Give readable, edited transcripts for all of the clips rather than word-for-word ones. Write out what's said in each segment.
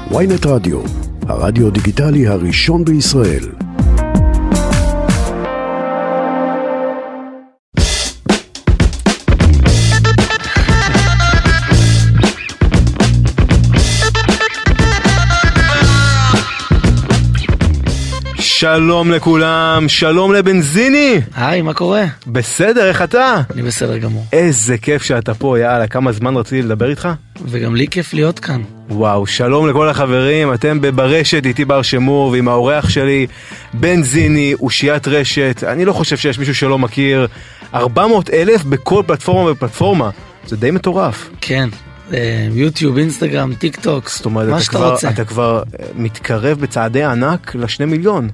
ynet רדיו, הרדיו דיגיטלי הראשון בישראל. שלום לכולם, שלום לבנזיני. היי, מה קורה? בסדר, איך אתה? אני בסדר גמור. איזה כיף שאתה פה, יאללה, כמה זמן רציתי לדבר איתך? וגם לי כיף להיות כאן. וואו, שלום לכל החברים, אתם ברשת איתי בר שמור ועם האורח שלי, בנזיני, אושיית רשת. אני לא חושב שיש מישהו שלא מכיר, 400,000 בכל פלטפורמה ופלטפורמה, זה די מטורף. כן. יוטיוב, אינסטגרם, טיק טוק, זאת אומרת, מה שאתה רוצה. אתה כבר מתקרב בצעדי ענק ל2 מיליון.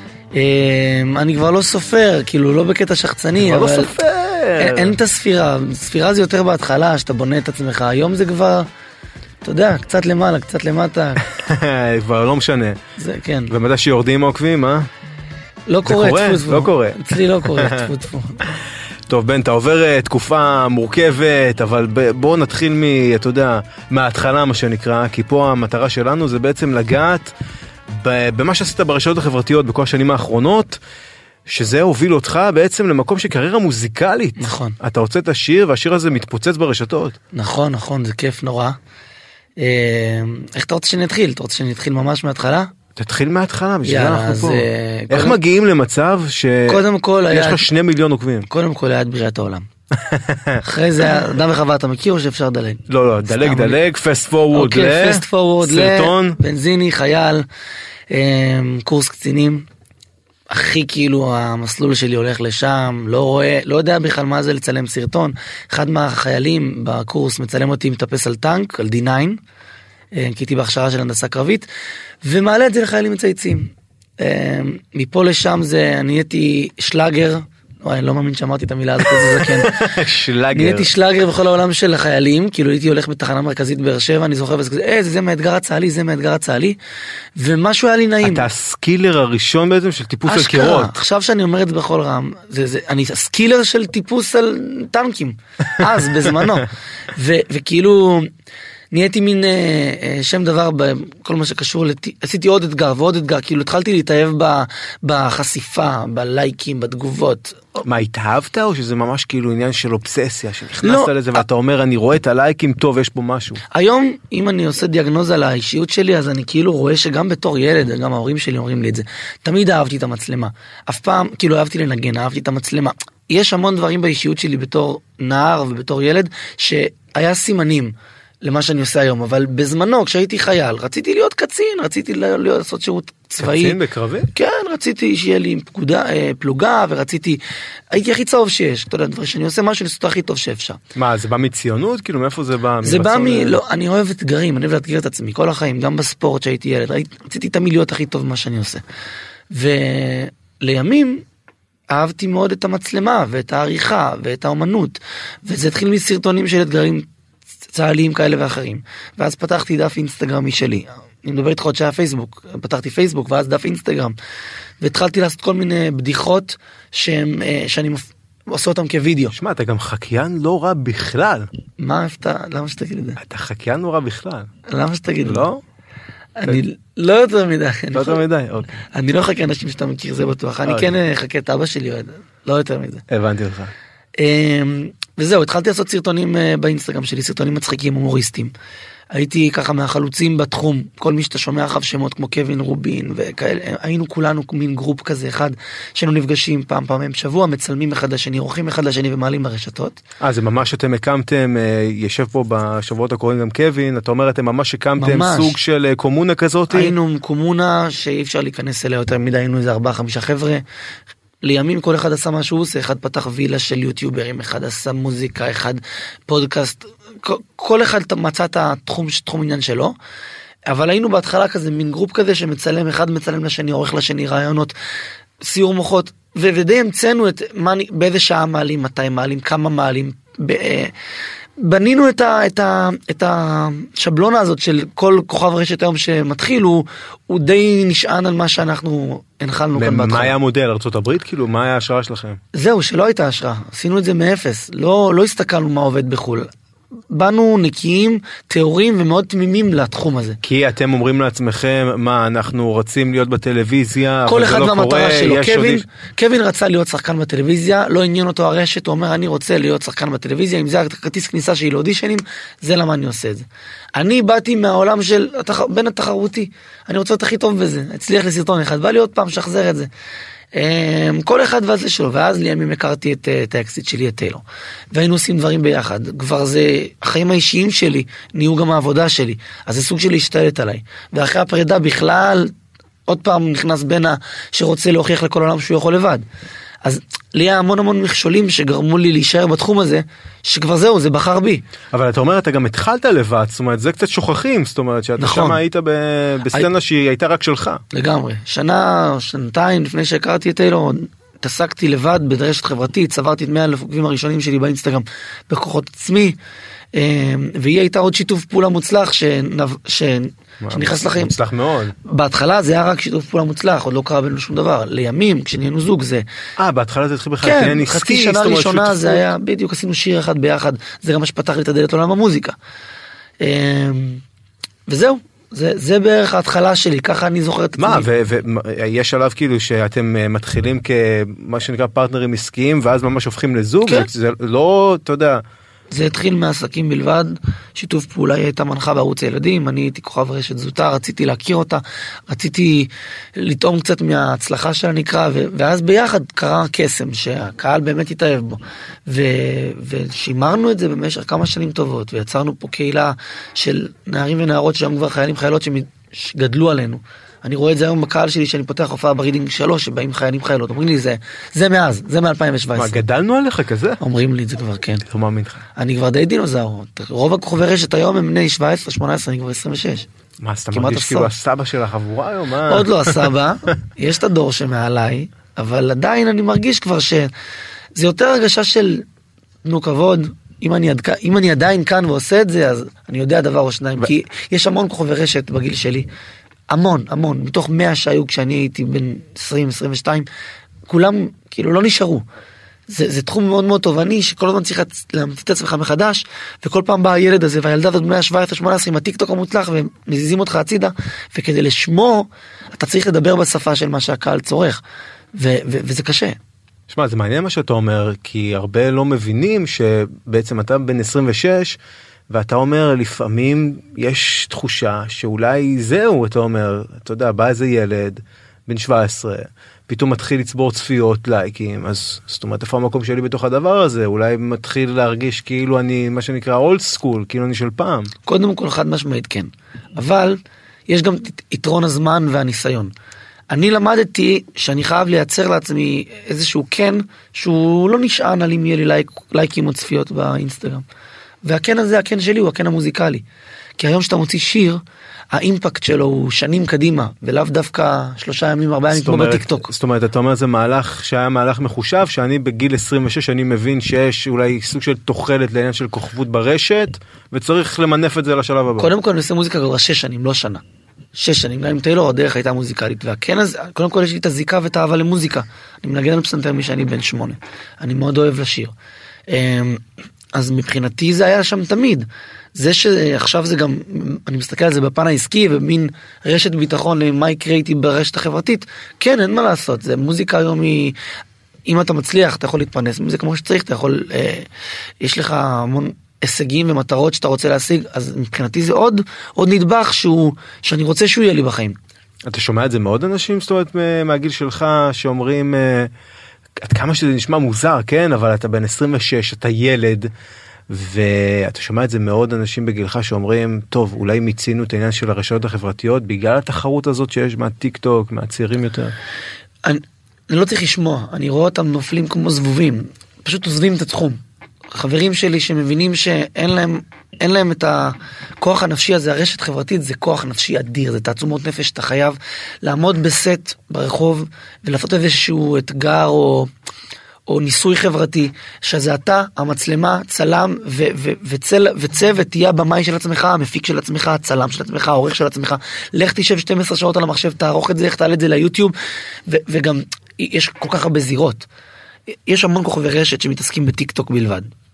אני כבר לא סופר, כאילו לא בקטע שחצני, אבל אבל לא סופר. אין את הספירה. ספירה זה יותר בהתחלה, שאתה בונה את עצמך. היום זה כבר, אתה יודע, קצת למעלה, קצת למטה. כבר לא משנה. זה כן. ומתי שיורדים העוקבים, אה? לא קורה, תפו. לא קורה. אצלי לא קורה, תפו. טוב, בן, אתה עובר תקופה מורכבת, אבל בואו נתחיל אתה יודע, מההתחלה מה שנקרא, כי פה המטרה שלנו זה בעצם לגעת במה שעשית ברשתות החברתיות בכל השנים האחרונות, שזה הוביל אותך בעצם למקום של קריירה מוזיקלית. נכון. אתה הוצאת השיר, והשיר הזה מתפוצץ ברשתות. נכון, נכון, זה כיף נורא. איך אתה רוצה שנתחיל? אתה רוצה שנתחיל ממש מההתחלה? תתחיל מההתחלה, בשביל אנחנו פה. איך קודם... מגיעים למצב שיש לך 2 מיליון עוקבים? קודם כל היה את בריאת העולם. אחרי זה אדם וחווה, אתה מכיר או שאפשר לדלג? לא, דלג, fast forward לסרטון, בנזיני, חייל, קורס קצינים, הכי כאילו המסלול שלי הולך לשם, לא יודע בכלל מה זה לצלם סרטון. אחד מהחיילים בקורס מצלם אותי מטפס על טנק, על D9, כי הייתי בהכשרה של הנדסה קרבית, ומעלה את זה לחיילים מצייצים. מפה לשם אני הייתי שלאגר, אני לא מאמין שאמרתי את המילה הזאת, זה כן. שלאגר. הייתי שלאגר בכל העולם של החיילים, כאילו הייתי הולך בתחנה מרכזית באר שבע, אני זוכר וזה, זה מהאתגר הצה"לי, זה מהאתגר הצה"לי, ומשהו היה לי נעים. אתה הסקילר הראשון בעצם של טיפוס על קירות. עכשיו שאני אומר את זה בכל רם, אני הסקילר של טיפוס על טנקים, אז בזמנו, וכאילו נהייתי מין שם דבר בכל מה שקשור, עשיתי עוד אתגר ועוד אתגר, כאילו התחלתי להתאהב בחשיפה, בלייקים, בתגובות. מה, התאהבת או שזה ממש כאילו עניין של אובססיה, שנכנסת לזה ואתה אומר, אני רואה את הלייקים, טוב, יש פה משהו. היום, אם אני עושה דיאגנוזה על האישיות שלי, אז אני כאילו רואה שגם בתור ילד, גם ההורים שלי אומרים לי את זה, תמיד אהבתי את המצלמה. אף פעם, כאילו אהבתי לנגן, אהבתי את המצלמה. יש המון דברים באישיות שלי בתור נער ובתור ילד, שהיה סימנים למה שאני עושה היום, אבל בזמנו, כשהייתי חייל, רציתי להיות קצין, רציתי לעשות שירות צבאי. קצין בקרבי? כן, רציתי שיהיה לי פלוגה, ורציתי, הייתי הכי צהוב שיש, אתה יודע, דבר שאני עושה משהו לעשות הכי טוב שאפשר. מה, זה בא מציונות? כאילו, מאיפה זה בא? זה בא לא, אני אוהב אתגרים, אני אוהב לאתגר את עצמי, כל החיים, גם בספורט שהייתי ילד, רציתי תמיד להיות הכי טוב במה שאני עושה. ולימים, אהבתי מאוד את המצלמה, ואת העריכה, ואת האומנות, וזה התחיל מסרטונים של אתגרים צהליים כאלה ואחרים. ואז פתחתי דף אינסטגרם משלי. אני מדבר איתך עוד שהיה פייסבוק. פתחתי פייסבוק ואז דף אינסטגרם. והתחלתי לעשות כל מיני בדיחות שאני עושה אותם כווידאו. שמע, אתה גם חקיין לא רע בכלל. מה אתה? למה שתגיד את זה? אתה חקיין לא רע בכלל. למה שתגיד את זה? לא? אני לא יותר מדי. לא יותר מדי, אוקיי. אני לא חכה אנשים שאתה מכיר, זה בטוח. אני כן חכה את אבא שלי, לא יותר מזה. הבנתי אותך. וזהו, התחלתי לעשות סרטונים באינסטגרם שלי, סרטונים מצחיקים, הומוריסטים. הייתי ככה מהחלוצים בתחום, כל מי שאתה שומע אחריו שמות כמו קווין רובין וכאלה, היינו כולנו מין גרופ כזה אחד, שהיינו נפגשים פעם שבוע, מצלמים אחד לשני, עורכים אחד לשני ומעלים ברשתות. זה ממש אתם הקמתם, ישב פה בשבועות הקרובים גם קווין, אתה אומר אתם ממש הקמתם סוג של קומונה כזאת? היינו קומונה שאי אפשר להיכנס אליה יותר מדי, היינו איזה 4-5 חבר'ה, לימים כל אחד עשה מה שהוא עושה, אחד פתח וילה של יוטיוברים, אחד עשה מוזיקה, אחד פודקאסט, כל אחד מצא את תחום עניין שלו, אבל היינו בהתחלה כזה מין גרופ כזה שמצלם, אחד מצלם לשני, עורך לשני רעיונות, סיור מוחות, ודי המצאנו באיזה שעה מעלים, מתי מעלים, כמה מעלים, בנינו את השבלונה הזאת של כל כוכב רשת היום שמתחיל, הוא די נשען על מה שאנחנו הנחלנו כאן בהתחלה. מה היה המודל? ארצות הברית? כאילו, מה היה ההשראה שלכם? זהו, שלא הייתה השראה. עשינו את זה מאפס. לא הסתכלנו מה עובד בחול. באנו נקיים, תיאורים ומאוד תמימים לתחום הזה. כי אתם אומרים לעצמכם, מה, אנחנו רוצים להיות בטלוויזיה, כל אחד והמטרה שלו. קווין רצה להיות שחקן בטלוויזיה, לא עניין אותו הרשת, הוא אומר, אני רוצה להיות שחקן בטלוויזיה, אם זה הכרטיס כניסה שלי לאודישנים, זה למה אני עושה את זה. אני באתי מהעולם של בין התחרותי, אני רוצה להיות הכי טוב בזה, הצליח לסרטון אחד, בא לי עוד פעם שחזר את זה. כל אחד והזה שלו, ואז לימים הכרתי את האקסיט שלי, את טיילור, והיינו עושים דברים ביחד, כבר זה, החיים האישיים שלי, נהיו גם העבודה שלי, אז זה סוג של להשתלט עליי, ואחרי הפרידה בכלל, עוד פעם נכנס בין שרוצה להוכיח לכל העולם שהוא יכול לבד, אז לי היה המון מכשולים שגרמו לי להישאר בתחום הזה, שכבר זהו, זה בחר בי. אבל אתה אומר, אתה גם התחלת לבד, זאת אומרת, זה קצת שוכחים, זאת אומרת, שאתה שם היית בסצנה שהיא הייתה רק שלך. לגמרי. שנה, שנתיים לפני שהכרתי את טיילור, התעסקתי לבד בדרשת חברתית, צברתי את 100,000 עוקבים הראשונים שלי באינסטגרם, בכוחות עצמי, והיא הייתה עוד שיתוף פעולה מוצלח שנכנס לחיים. מוצלח מאוד. בהתחלה זה היה רק שיתוף פעולה מוצלח, עוד לא קרה בינינו שום דבר. לימים, כשנהיינו זוג זה... בהתחלה זה התחיל בכלל, כן, חצי שנה ראשונה זה היה, בדיוק עשינו שיר אחד ביחד, זה גם מה שפתח לי את הדלת עולם המוזיקה. וזהו. זה בערך ההתחלה שלי, ככה אני זוכר את עצמי. מה, ויש עליו כאילו שאתם מתחילים כמה שנקרא פרטנרים עסקיים, ואז ממש הופכים לזוג, זה לא, אתה יודע... זה התחיל מעסקים בלבד, שיתוף פעולה הייתה מנחה בערוץ הילדים, אני הייתי כוכב רשת זוטה, רציתי להכיר אותה, רציתי לטעום קצת מההצלחה שלה נקרא, ואז ביחד קרה קסם, שהקהל באמת התאהב בו, ושימרנו את זה במשך כמה שנים טובות, ויצרנו פה קהילה של נערים ונערות, שם כבר חיילים חיילות שגדלו עלינו, אני רואה את זה היום בקהל שלי, שאני פותח הופעה ברידינג 3, שבאים חיילים חיילות, אומרים לי זה מאז, זה מ-2017. מה, גדלנו עליך כזה? אומרים לי את זה כבר, כן. לא מאמין לך. אני כבר די דינוזאור, רוב הכוכבי רשת היום הם בני 17, 18, אני כבר 26. מה, אז אתה מרגיש כאילו הסבא של החבורה היום? עוד לא הסבא, יש את הדור שמעליי, אבל עדיין אני מרגיש כבר שזה יותר הרגשה של, תנו כבוד, אם אני עדיין כאן ועושה את זה, אז אני יודע דבר או שניים, כי יש המון כוכבי רשת בגיל שלי, המון, מתוך 100 שהיו כשאני הייתי בין 20-22, כולם כאילו לא נשארו. זה תחום מאוד מאוד תובעני, שכל הזמן צריך להמציא את עצמך מחדש, וכל פעם בא הילד הזה, והילדה הזאת בני ה-17-18 עם הטיקטוק המוצלח, ומזיזים אותך הצידה, וכדי לשמור, אתה צריך לדבר בשפה של מה שהקהל צורך, וזה קשה. שמע, זה מעניין מה שאתה אומר, כי הרבה לא מבינים שבעצם אתה בן 26, ואתה אומר, לפעמים יש תחושה שאולי זהו, אתה אומר, אתה יודע, בא איזה ילד, בן 17, פתאום מתחיל לצבור צפיות, לייקים, אז זאת אומרת, איפה המקום שלי בתוך הדבר הזה? אולי מתחיל להרגיש כאילו אני, מה שנקרא, אולד סקול, כאילו אני של פעם. קודם כל חד משמעית כן, אבל יש גם יתרון הזמן והניסיון. אני למדתי שאני חייב לייצר לעצמי איזשהו כן, שהוא לא נשען על אם יהיה לי לייקים או צפיות באינסטגרם. והכן הזה, הכן שלי, הוא הכן המוזיקלי. כי היום שאתה מוציא שיר, האימפקט שלו הוא שנים קדימה, ולאו דווקא 3 ימים, 4 ימים כמו בטיקטוק. זאת אומרת, אתה אומר, זה מהלך שהיה מהלך מחושב, שאני בגיל 26, אני מבין שיש אולי סוג של תוחלת לעניין של כוכבות ברשת, וצריך למנף את זה לשלב הבא. קודם כל, אני עושה מוזיקה כבר 6 שנים, לא שנה. 6 שנים, גם עם טיילור, הדרך הייתה מוזיקלית, והכן הזה, קודם כל יש לי את הזיקה ואת האהבה למוזיקה. אני מנגן על פסנתר משאני בן 8. אני מאוד אוהב לשיר. אז מבחינתי זה היה שם תמיד. זה שעכשיו זה גם, אני מסתכל על זה בפן העסקי, ומין רשת ביטחון למה יקרה איתי ברשת החברתית, כן, אין מה לעשות. זה מוזיקה היום היא, אם אתה מצליח, אתה יכול להתפרנס מזה כמו שצריך, אתה יכול, יש לך המון הישגים ומטרות שאתה רוצה להשיג, אז מבחינתי זה עוד נדבך שאני רוצה שהוא יהיה לי בחיים. אתה שומע את זה מאוד אנשים, זאת אומרת, מהגיל שלך, שאומרים, עד כמה שזה נשמע מוזר, כן, אבל אתה בן 26, אתה ילד, ואתה שומע את זה מאוד אנשים בגילך שאומרים, טוב, אולי מיצינו את העניין של הרשתות החברתיות, בגלל התחרות הזאת שיש מהטיק טוק, מהצעירים יותר. אני לא צריך לשמוע, אני רואה אותם נופלים כמו זבובים, פשוט עוזבים את התחום. חברים שלי שמבינים שאין להם את הכוח הנפשי הזה, הרשת חברתית זה כוח נפשי אדיר, זה תעצומות נפש, אתה חייב לעמוד בסט ברחוב, ולעשות איזשהו אתגר או ניסוי חברתי, שזה אתה, המצלמה, צלם וצוות, תהיה הבמאי של עצמך, המפיק של עצמך, הצלם של עצמך, העורך של עצמך, לך תשב 12 שעות על המחשב, תערוך את זה, לך תעלה את זה ליוטיוב, וגם יש כל כך הרבה זירות. יש המון כוכבי רשת שמתעסקים בטיק טוק בלבד.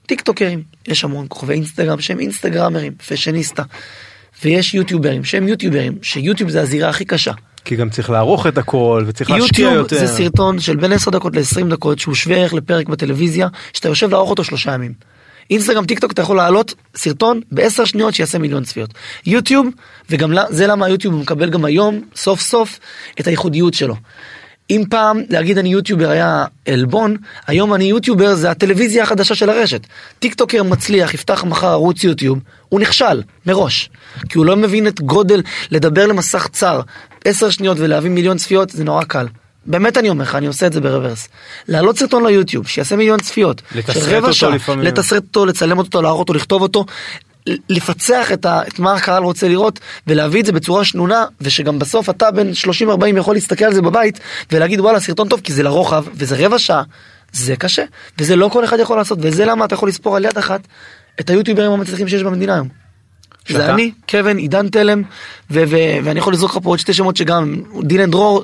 טיקטוקרים, יש המון כוכבי אינסטגרם שהם אינסטגרמרים, פשניסטה, ויש יוטיוברים שהם יוטיוברים, שיוטיוב זה הזירה הכי קשה. כי גם צריך לערוך את הכל, וצריך להשקיע יותר. יוטיוב זה סרטון של בין 10 דקות ל-20 דקות, שהוא שווה ערך לפרק בטלוויזיה, שאתה יושב לערוך אותו 3 ימים. אינסטגרם, טיקטוק, אתה יכול לעלות סרטון ב10 שניות שיעשה מיליון צפיות. יוטיוב, וגם זה למה יוטיוב מקבל גם היום, סוף סוף, את הייחודיות שלו. אם פעם להגיד אני יוטיובר היה אלבון, היום אני יוטיובר זה הטלוויזיה החדשה של הרשת. טיקטוקר מצליח, יפתח מחר ערוץ יוטיוב, הוא נכשל מראש. כי הוא לא מבין את גודל לדבר למסך צר 10 שניות ולהביא מיליון צפיות, זה נורא קל. באמת אני אומר לך, אני עושה את זה ברוורס. להעלות סרטון ליוטיוב, שיעשה מיליון צפיות. לתסרט אותו לפעמים. לתסרט אותו, לצלם אותו, לערוך אותו, לכתוב אותו. לפצח את מה הקהל רוצה לראות ולהביא את זה בצורה שנונה, ושגם בסוף אתה בין 30-40 יכול להסתכל על זה בבית ולהגיד וואלה סרטון טוב, כי זה לרוחב וזה רבע שעה, זה קשה וזה לא כל אחד יכול לעשות, וזה למה אתה יכול לספור על יד אחת את היוטיוברים המצליחים שיש במדינה היום. זה אני, קווין, עידן תלם, ואני יכול לזרוק לך פה עוד 2 שמות שגם דילן דרור,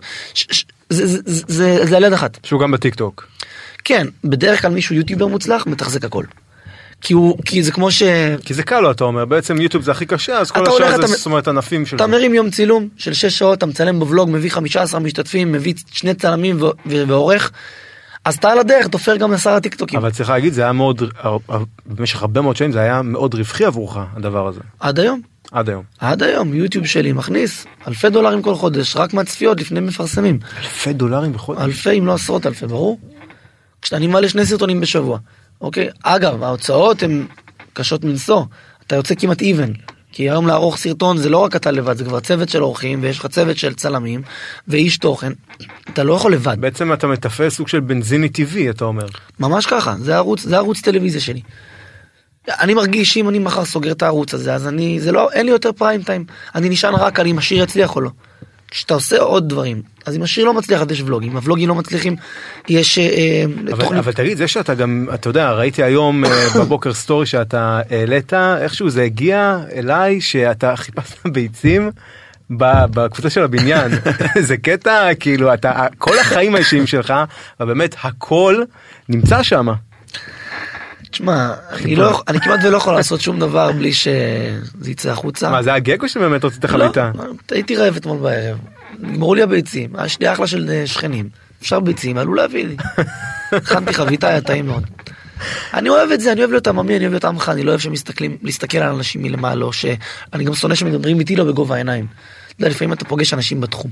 זה על יד אחת. שהוא גם בטיקטוק. כן, בדרך כלל מישהו יוטיובר מוצלח מתחזק הכל. כי זה כמו כי זה קל לו, אתה אומר, בעצם יוטיוב זה הכי קשה, אז כל השאר זה זאת אומרת ענפים של... אתה מרים יום צילום של 6 שעות, אתה מצלם בוולוג, מביא 15 משתתפים, מביא 2 צלמים ועורך, אז אתה על הדרך, תופר גם לשר הטיקטוקים. אבל צריך להגיד, זה היה מאוד, במשך הרבה מאוד שנים, זה היה מאוד רווחי עבורך, הדבר הזה. עד היום. עד היום. עד היום, יוטיוב שלי מכניס $2,000 כל חודש, רק מהצפיות לפני מפרסמים. $2,000 בחודש? אלפי, אם לא עשרות אלפי, ברור. כשאני מעלה 2 סרטונים בשבוע. אוקיי? אגב, ההוצאות הן קשות מנסוע. אתה יוצא כמעט איבן. כי היום לערוך סרטון זה לא רק אתה לבד, זה כבר צוות של עורכים, ויש לך צוות של צלמים, ואיש תוכן. אתה לא יכול לבד. בעצם אתה מתפעל סוג של בנזיני טבעי, אתה אומר. ממש ככה, זה ערוץ טלוויזיה שלי. אני מרגיש שאם אני מחר סוגר את הערוץ הזה, אז אין לי יותר פריים טיים. אני נשען רק על אם השיר יצליח או לא. כשאתה עושה עוד דברים, אז אם השיר לא מצליח, יש ולוגים. הוולוגים לא מצליחים, יש תוכנית. אבל תגיד, זה שאתה גם, אתה יודע, ראיתי היום בבוקר סטורי שאתה העלית, איכשהו זה הגיע אליי, שאתה חיפשת ביצים בקבוצה של הבניין. זה קטע, כאילו, כל החיים האישיים שלך, ובאמת הכל נמצא שם. תשמע, אני כמעט ולא יכול לעשות שום דבר בלי שזה יצא החוצה. מה, זה הגג או שבאמת רצית חביתה? לא, הייתי רעב אתמול בערב. נגמרו לי הביצים, יש לי אחלה של שכנים. אפשר ביצים, עלו להביא לי. הכנתי חביתה, היה טעים מאוד. אני אוהב את זה, אני אוהב להיות עממי, אני אוהב להיות עמך, אני לא אוהב להסתכל על אנשים מלמעלה, שאני גם שונא שמדברים איתי לא בגובה העיניים. לפעמים אתה פוגש אנשים בתחום.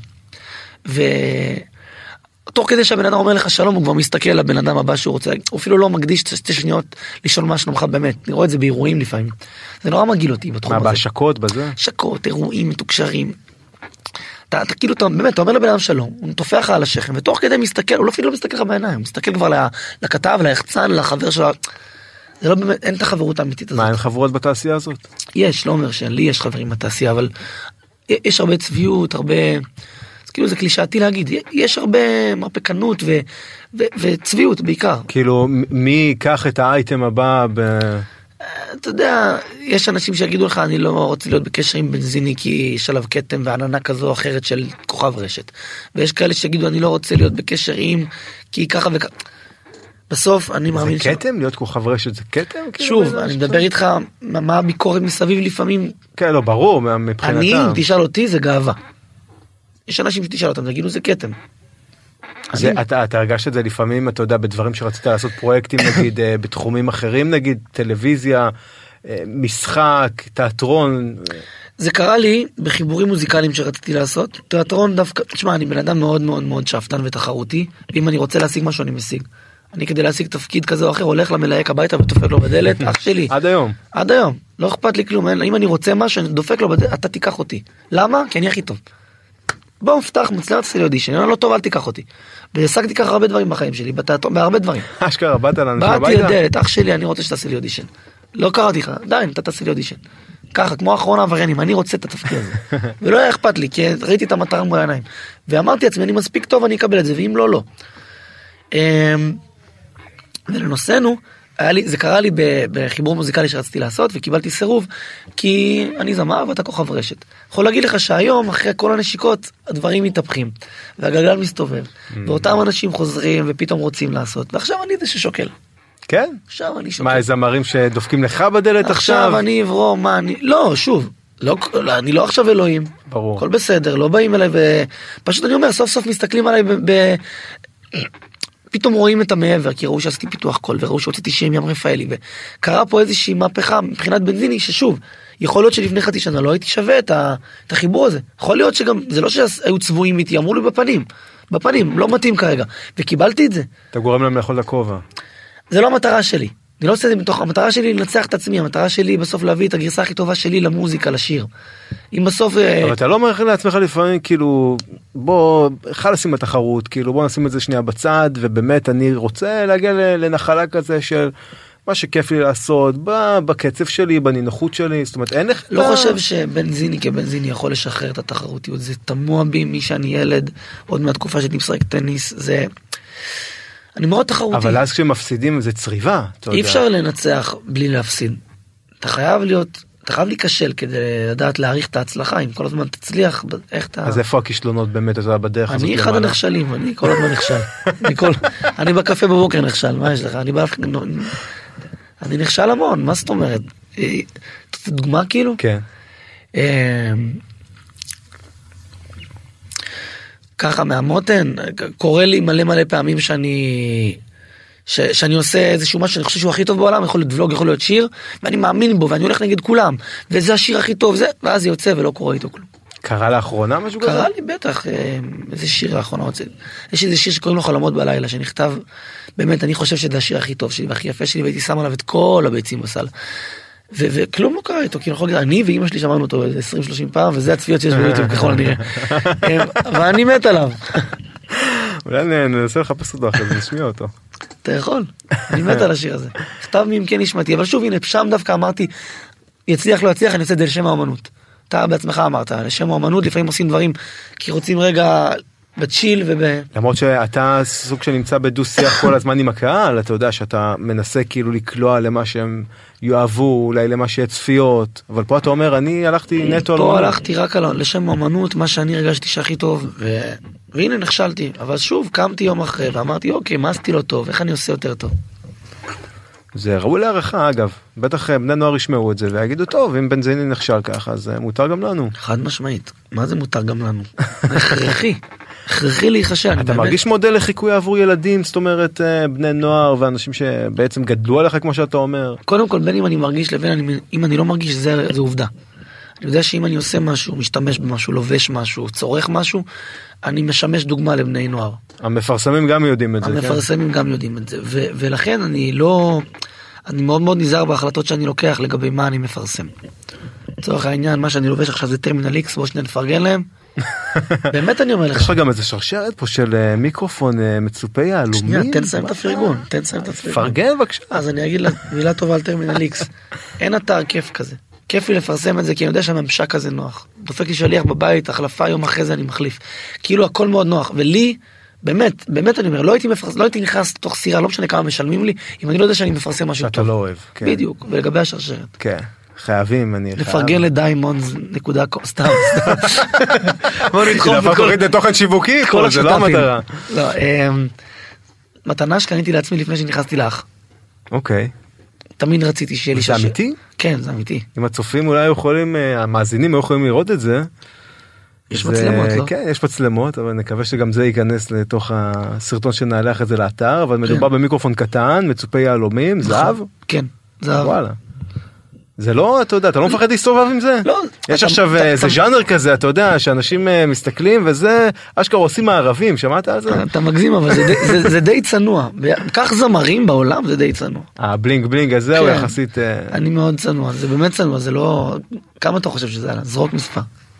תוך כדי שהבן אדם אומר לך שלום, הוא כבר מסתכל לבן אדם הבא שהוא רוצה, הוא אפילו לא מקדיש 2 שניות לשאול מה שלומך באמת. אני רואה את זה באירועים לפעמים. זה נורא מגיל אותי בתחום הזה. מה, בהשקות בזה? השקות, אירועים, מתוקשרים. אתה כאילו, באמת, אתה אומר לבן אדם שלום, הוא תופח על השכם, ותוך כדי מסתכל, הוא אפילו לא מסתכל לך בעיניים, הוא מסתכל כבר לכתב, ליחצן, לחבר שלו. זה לא באמת, אין את החברות האמיתית הזאת. מה, אין חברות בתעשייה הזאת? יש, לא אומר לי יש חברים בתעשייה, אבל יש הרבה צביעות, הרבה... כאילו זה קלישאתי להגיד, יש הרבה מרפקנות וצביעות בעיקר. כאילו, מי ייקח את האייטם הבא אתה יודע, יש אנשים שיגידו לך, אני לא רוצה להיות בקשר עם בנזיני, כי יש עליו כתם ועננה כזו או אחרת של כוכב רשת. ויש כאלה שיגידו, אני לא רוצה להיות בקשר עם, כי ככה וככה. בסוף, אני מאמין... זה כתם? להיות כוכב רשת זה כתם? שוב, אני מדבר איתך, מה הביקורת מסביב לפעמים... כן, לא, ברור, מבחינתם. אני, אם תשאל אותי, זה גאווה. יש אנשים שתשאל אותם, תגידו זה כתם. אתה הרגשת את זה לפעמים, אתה יודע, בדברים שרצית לעשות פרויקטים, נגיד, בתחומים אחרים, נגיד, טלוויזיה, משחק, תיאטרון. זה קרה לי בחיבורים מוזיקליים שרציתי לעשות. תיאטרון דווקא, תשמע, אני בן אדם מאוד מאוד מאוד שאפתן ותחרותי, ואם אני רוצה להשיג משהו, אני משיג. אני כדי להשיג תפקיד כזה או אחר, הולך למלהק הביתה ודופק לו בדלת, אח שלי. עד היום. עד היום. לא אכפת לי כלום. אם אני רוצה משהו, אני דופק לו בדלת, אתה תיקח אותי. למה? כי אני הכי טוב. בוא מפתח מצלמת עשי לי אודישן, אני לא טוב, אל תיקח אותי. והשגתי ככה הרבה דברים בחיים שלי, בהרבה דברים. אשכרה, באת לאנשים הביתה? באתי לדלת, אח שלי, אני רוצה שתעשי לי אודישן. לא קראתי לך, די, אתה תעשי לי אודישן. ככה, כמו אחרון העבריינים, אני רוצה את התפקיד הזה. ולא היה אכפת לי, כי ראיתי את המטרה מול העיניים. ואמרתי לעצמי, אני מספיק טוב, אני אקבל את זה, ואם לא, לא. ולנושאנו, זה קרה לי בחיבור מוזיקלי שרציתי לעשות, וקיבלתי סירוב, כי אני זמר ואתה כוכב רשת. יכול להגיד לך שהיום, אחרי כל הנשיקות, הדברים מתהפכים, והגלגל מסתובב, ואותם אנשים חוזרים ופתאום רוצים לעשות, ועכשיו אני זה ששוקל. כן? עכשיו אני שוקל. מה, זמרים שדופקים לך בדלת עכשיו? עכשיו אני אברום, מה אני... לא, שוב. אני לא עכשיו אלוהים. ברור. הכל בסדר, לא באים אליי פשוט אני אומר, סוף סוף מסתכלים עליי פתאום רואים את המעבר, כי ראו שעשיתי פיתוח קול, וראו שהוצאתי שיר עם ים רפאלי, וקרה פה איזושהי מהפכה מבחינת בנזיני, ששוב, יכול להיות שלפני חצי שנה לא הייתי שווה את החיבור הזה. יכול להיות שגם, זה לא שהיו צבועים איתי, אמרו לי בפנים, לא מתאים כרגע, וקיבלתי את זה. אתה גורם להם לאכול לכובע. זה לא המטרה שלי. אני לא עושה את זה מתוך, המטרה שלי לנצח את עצמי, המטרה שלי בסוף להביא את הגרסה הכי טובה שלי למוזיקה, לשיר. אם בסוף... אבל אתה לא אומר לעצמך לפעמים, כאילו, בוא, לשים התחרות, כאילו, בוא נשים את זה שנייה בצד, ובאמת אני רוצה להגיע לנחלה כזה של מה שכיף לי לעשות, בקצב שלי, בנינוחות שלי, זאת אומרת, אין לך... לא חושב שבנזיני כבנזיני יכול לשחרר את התחרותיות, זה תמוה בי, מי שאני ילד, עוד מהתקופה שאני משחק טניס, זה... אני מאוד תחרותי. אבל אז כשמפסידים זה צריבה. אי אפשר לנצח בלי להפסיד. אתה חייב להיכשל כדי לדעת להעריך את ההצלחה, אם כל הזמן תצליח, איך אתה... אז איפה הכישלונות באמת, אתה בדרך הזאת? אני אחד הנכשלים, אני כל הזמן נכשל. אני בקפה בבוקר נכשל, מה יש לך? אני נכשל המון, מה זאת אומרת? דוגמה כאילו? כן. ככה מהמותן, קורה לי מלא פעמים שאני עושה איזשהו משהו שאני חושב שהוא הכי טוב בעולם, יכול להיות ולוג, יכול להיות שיר, ואני מאמין בו, ואני הולך נגד כולם, וזה השיר הכי טוב, ואז זה יוצא ולא קורה איתו כלום. קרה לאחרונה משהו כזה? קרה לי בטח, איזה שיר לאחרונה רוצה. יש איזה שיר שקוראים לו חלומות בלילה, שנכתב, באמת אני חושב שזה השיר הכי טוב שלי, והכי יפה שלי, והייתי שם עליו את כל הביצים בסל. וכלום לא קרה איתו, כי אני ואמא שלי שמענו אותו 20-30 פעם, וזה הצפיות שיש ביוטיוב ככל הנראה. ואני מת עליו. אולי ננסה לחפש אותו אחרי זה, נשמיע אותו. אתה יכול, אני מת על השיר הזה. כתב מעמקי נשמתי, אבל שוב, הנה, שם דווקא אמרתי, יצליח לא יצליח, אני עושה את זה לשם האמנות. אתה בעצמך אמרת, לשם האמנות, לפעמים עושים דברים, כי רוצים רגע בצ'יל למרות שאתה סוג שנמצא בדו-שיח כל הזמן עם הקהל, אתה יודע שאתה מנסה כאילו לקלוע למה שהם יאהבו, אולי למה שיהיה צפיות, אבל פה אתה אומר, אני הלכתי נטו על פה הלכתי רק לשם האמנות, מה שאני הרגשתי שהכי טוב, והנה נכשלתי, אבל שוב, קמתי יום אחרי, ואמרתי, אוקיי, מה עשיתי לא טוב, איך אני עושה יותר טוב? זה ראוי להערכה, אגב, בטח בני נוער ישמעו את זה, ויגידו, טוב, אם בנזיני נכשל ככה, אז מותר גם לנו. חד משמעית, מה זה מותר גם לנו? הכרחי להיחשב. אתה מרגיש מודל לחיקוי עבור ילדים, זאת אומרת בני נוער ואנשים שבעצם גדלו עליך כמו שאתה אומר? קודם כל, בין אם אני מרגיש לבין אם אני לא מרגיש, זה עובדה. אני יודע שאם אני עושה משהו, משתמש במשהו, לובש משהו, צורך משהו, אני משמש דוגמה לבני נוער. המפרסמים גם יודעים את זה. המפרסמים גם יודעים את זה, ולכן אני מאוד מאוד נזהר בהחלטות שאני לוקח לגבי מה אני מפרסם. לצורך העניין, מה שאני לובש עכשיו זה טרמינל X, בוא שניה נפרגן להם. באמת אני אומר לך. יש לך גם איזה שרשרת פה של מיקרופון מצופי יהלומים. שנייה, תן לסיים את הפרגון. פרגן בבקשה. אז אני אגיד לה מילה טובה על טרמינל X. אין אתר כיף כזה. כיף לי לפרסם את זה, כי אני יודע שהממשק הזה נוח. דופק לי שליח בבית, החלפה, יום אחרי זה אני מחליף. כאילו הכל מאוד נוח. ולי, באמת אני אומר, לא הייתי נכנס תוך סירה, לא משנה כמה משלמים לי, אם אני לא יודע שאני מפרסם משהו טוב. שאתה לא אוהב. בדיוק, ולגבי השרשרת. כן. חייבים, אני חייב. לפרגן לדיימונדס.com, סתם. בוא נדחוף בכל... תוריד לתוכן שיווקי, זה לא המטרה. לא, מתנה שקניתי לעצמי לפני שנכנסתי לך. אוקיי. תמיד רציתי שיהיה לי שרשרת. זה אמיתי? כן, זה אמיתי. אם הצופים אולי יכולים, המאזינים יכולים לראות את זה. יש מצלמות, לא? כן, יש מצלמות, אבל נקווה שגם זה ייכנס לתוך הסרטון שנעלה אחרי זה לאתר, אבל מדובר במיקרופון קטן, מצופי יהלומים, זהב? כן, זהב. וואלה. זה לא, אתה יודע, אתה לא מפחד להסתובב עם זה? לא. יש עכשיו איזה ז'אנר כזה, אתה יודע, שאנשים מסתכלים, וזה אשכרה עושים הערבים, שמעת על זה? אתה מגזים, אבל זה די צנוע. כך זמרים בעולם זה די צנוע. הבלינג בלינג הזה הוא יחסית... אני מאוד צנוע, זה באמת צנוע, זה לא... כמה אתה חושב שזה עלה? זרוק מספר.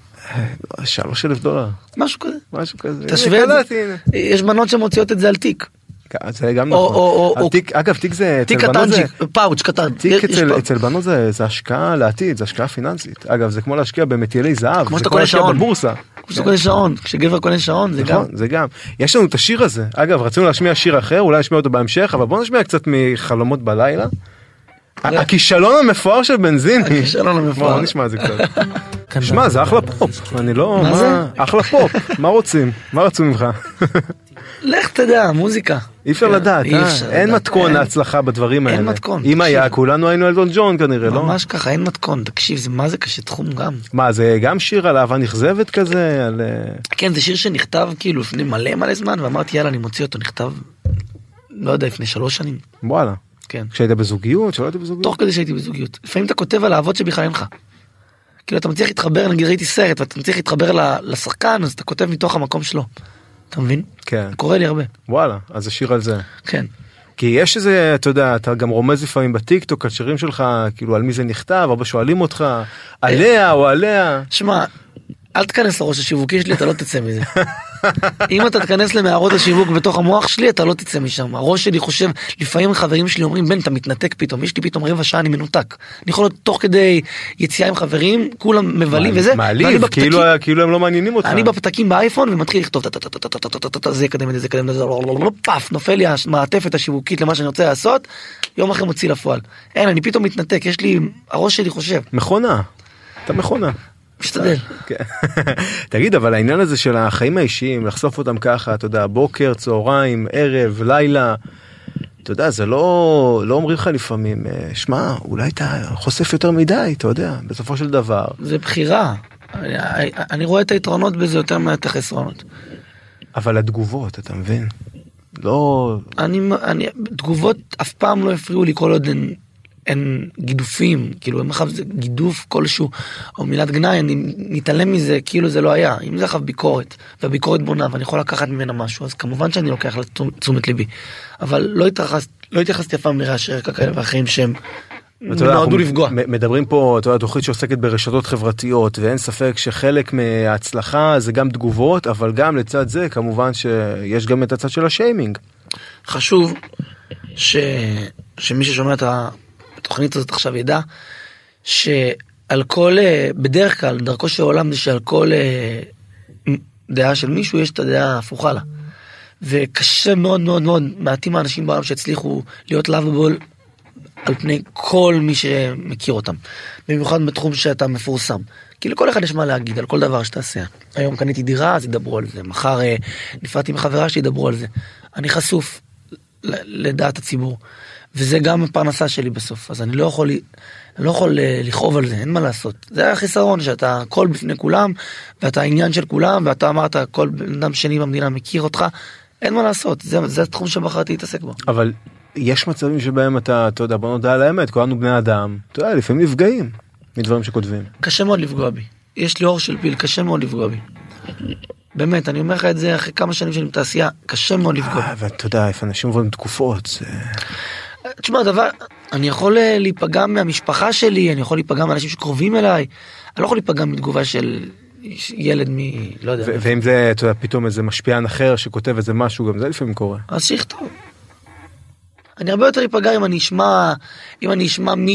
$3,000. משהו כזה. משהו כזה. תשווה את זה. יש בנות שמוציאות את זה על תיק. זה גם נכון. אגב, תיק זה... תיק קטן, פאוץ' קטן. תיק אצל בנות זה השקעה לעתיד, זה השקעה פיננסית. אגב, זה כמו להשקיע במטיילי זהב. כמו שאתה קונה שעון. בבורסה. כמו שאתה קונה שעון. כשגבר קונה שעון, זה גם. זה גם. יש לנו את השיר הזה. אגב, רצינו להשמיע שיר אחר, אולי נשמיע אותו בהמשך, אבל בואו נשמיע קצת מחלומות בלילה. הכישלון המפואר של בנזיני. הכישלון המפואר. בואו נשמע את זה קצת. תשמע, זה אחלה פופ. אני לא... מה זה? אחלה פופ. מה רוצים? מה רצו ממך? לך תדע, מוזיקה. אי אפשר לדעת, אין מתכון להצלחה בדברים האלה. אין מתכון. אם היה, כולנו היינו אלטון ג'ון כנראה, לא? ממש ככה, אין מתכון. תקשיב, מה זה קשה תחום גם. מה, זה גם שיר על אהבה נכזבת כזה? כן, זה שיר שנכתב כאילו לפני מלא זמן, ואמרתי, יאללה, אני מוציא אותו, נכתב, לא יודע, לפני 3 שנים. וואלה. כן. כשהיית בזוגיות, שלא היית בזוגיות? תוך כדי שהייתי בזוגיות. לפעמים אתה כותב על אהבות שבכלל אין לך. כאילו אתה מצליח להתחבר, נגיד ראיתי סרט, ואתה מצליח להתחבר לשחקן, אז אתה כותב מתוך המקום שלו. אתה מבין? כן. קורה לי הרבה. וואלה, אז זה שיר על זה. כן. כי יש איזה, אתה יודע, אתה גם רומז לפעמים בטיקטוק, על שירים שלך, כאילו על מי זה נכתב, הרבה שואלים אותך, עליה או עליה. שמע, אל תכנס לראש השיווקי שלי, אתה לא תצא מזה. אם אתה תכנס למערות השיווק בתוך המוח שלי, אתה לא תצא משם. הראש שלי חושב, לפעמים חברים שלי אומרים, בן, אתה מתנתק פתאום, יש לי פתאום 15 אני מנותק. אני יכול להיות תוך כדי יציאה עם חברים, כולם מבלים וזה. מעליב, כאילו הם לא מעניינים אותך. אני בפתקים באייפון ומתחיל לכתוב, זה יקדם את זה, פאף, נופל לי המעטפת השיווקית למה שאני רוצה לעשות, יום אחרי מוציא לפועל. אין, אני פתאום מתנתק, יש לי, הראש שלי חושב. מכונה, אתה מכונה. משתדל. תגיד, אבל העניין הזה של החיים האישיים, לחשוף אותם ככה, אתה יודע, בוקר, צהריים, ערב, לילה, אתה יודע, זה לא אומרים לך לפעמים, שמע, אולי אתה חושף יותר מדי, אתה יודע, בסופו של דבר. זה בחירה. אני רואה את היתרונות בזה יותר מעט החסרונות. אבל התגובות, אתה מבין? לא... תגובות אף פעם לא הפריעו לי כל עוד אין גידופים, כאילו אם אחר זה גידוף כלשהו, או מילת גנאי, אני מתעלם מזה כאילו זה לא היה. אם זה אחר ביקורת, והביקורת בונה, ואני יכול לקחת ממנה משהו, אז כמובן שאני לוקח לתשומת ליבי. אבל לא התייחסתי אף פעם לרעשי רקע כאלה ואחרים שהם נועדו לפגוע. מדברים פה, אתה יודע, תוכנית שעוסקת ברשתות חברתיות, ואין ספק שחלק מההצלחה זה גם תגובות, אבל גם לצד זה, כמובן שיש גם את הצד של השיימינג. חשוב שמי ששומע את התוכנית הזאת עכשיו ידע שעל כל, בדרך כלל, דרכו של העולם זה שעל כל דעה של מישהו יש את הדעה הפוכה לה. וקשה מאוד מאוד מאוד, מעטים האנשים בעולם שהצליחו להיות lovable על פני כל מי שמכיר אותם. במיוחד בתחום שאתה מפורסם. כי לכל אחד יש מה להגיד על כל דבר שתעשה. היום קניתי דירה, אז ידברו על זה. מחר נפרדתי עם חברה שידברו על זה. אני חשוף לדעת הציבור. וזה גם הפרנסה שלי בסוף. אז אני לא יכול לכאוב על זה, אין מה לעשות. זה החיסרון שאתה קול בפני כולם, ואתה העניין של כולם, ואתה אמרת כל אדם שני במדינה מכיר אותך. אין מה לעשות. זה התחום שבחרתי להתעסק בו. אבל יש מצבים שבהם אתה יודע, בוא נודע על האמת, כולנו בני אדם, אתה יודע, לפעמים נפגעים מדברים שכותבים. קשה מאוד לפגוע בי. יש לי אור של פיל, קשה מאוד לפגוע בי. באמת, אני אומר לך את זה אחרי כמה שנים שאני בתעשייה, קשה מאוד לפגוע בי. ואתה יודע, איפה אנשים עוברים תקופות, זה... תשמע, דבר, אני יכול להיפגע מהמשפחה שלי, אני יכול להיפגע מאנשים שקרובים אליי, אני לא יכול להיפגע מתגובה של ילד לא יודע. ואם זה, אתה יודע, פתאום איזה משפיען אחר שכותב איזה משהו, גם זה לפעמים קורה. אז שיכתוב. אני הרבה יותר ייפגע אם אני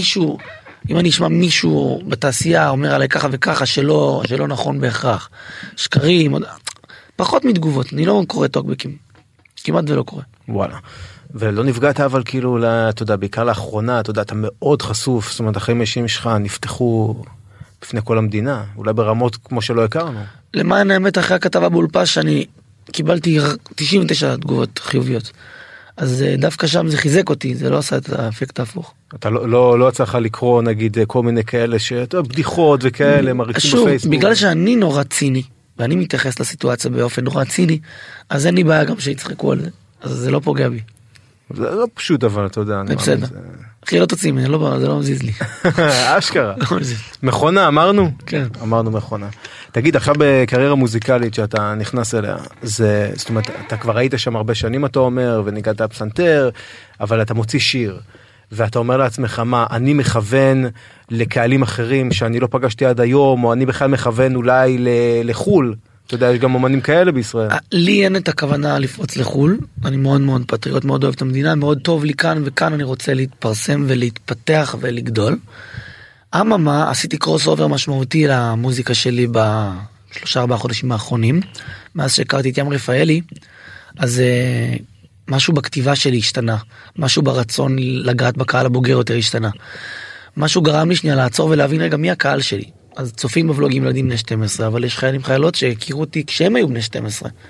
אשמע מישהו בתעשייה אומר עליי ככה וככה שלא נכון בהכרח. שקרים, פחות מתגובות, אני לא קורא טוקבקים. כמעט ולא קורא. וואלה. ולא נפגעת אבל כאילו, אתה יודע, בעיקר לאחרונה, אתה יודע, אתה מאוד חשוף, זאת אומרת, החיים האישיים שלך נפתחו בפני כל המדינה, אולי ברמות כמו שלא הכרנו. למען האמת, אחרי הכתבה באולפש, שאני קיבלתי 99 תגובות חיוביות. אז דווקא שם זה חיזק אותי, זה לא עשה את האפקט ההפוך. אתה לא צריך לקרוא, נגיד, כל מיני כאלה בדיחות וכאלה, מריצים בפייסבוק. שוב, בגלל שאני נורא ציני, ואני מתייחס לסיטואציה באופן נורא ציני, אז אין לי בעיה גם שיצחקו על זה. אז זה לא פוגע בי. זה לא פשוט, אבל אתה יודע. זה בסדר. אחי, לא תוציא ממני, זה לא מזיז לי. אשכרה. מכונה, אמרנו? כן. אמרנו מכונה. תגיד, עכשיו בקריירה מוזיקלית שאתה נכנס אליה, זאת אומרת, אתה כבר היית שם הרבה שנים, אתה אומר, וניגעת בפסנתר, אבל אתה מוציא שיר, ואתה אומר לעצמך, מה, אני מכוון לקהלים אחרים שאני לא פגשתי עד היום, או אני בכלל מכוון אולי לחול. אתה יודע, יש גם אומנים כאלה בישראל. לי אין את הכוונה לפרוץ לחול, אני מאוד מאוד פטריוט, מאוד אוהב את המדינה, מאוד טוב לי כאן, וכאן אני רוצה להתפרסם ולהתפתח ולגדול. אממה, עשיתי קרוס אובר משמעותי למוזיקה שלי ב3-4 חודשים האחרונים, מאז שהכרתי את ים רפאלי, אז משהו בכתיבה שלי השתנה, משהו ברצון לגעת בקהל הבוגר יותר השתנה. משהו גרם לי שנייה לעצור ולהבין רגע מי הקהל שלי. אז צופים בבלוגים ילדים בני 12, אבל יש חיילים חיילות שהכירו אותי כשהם היו בני 12.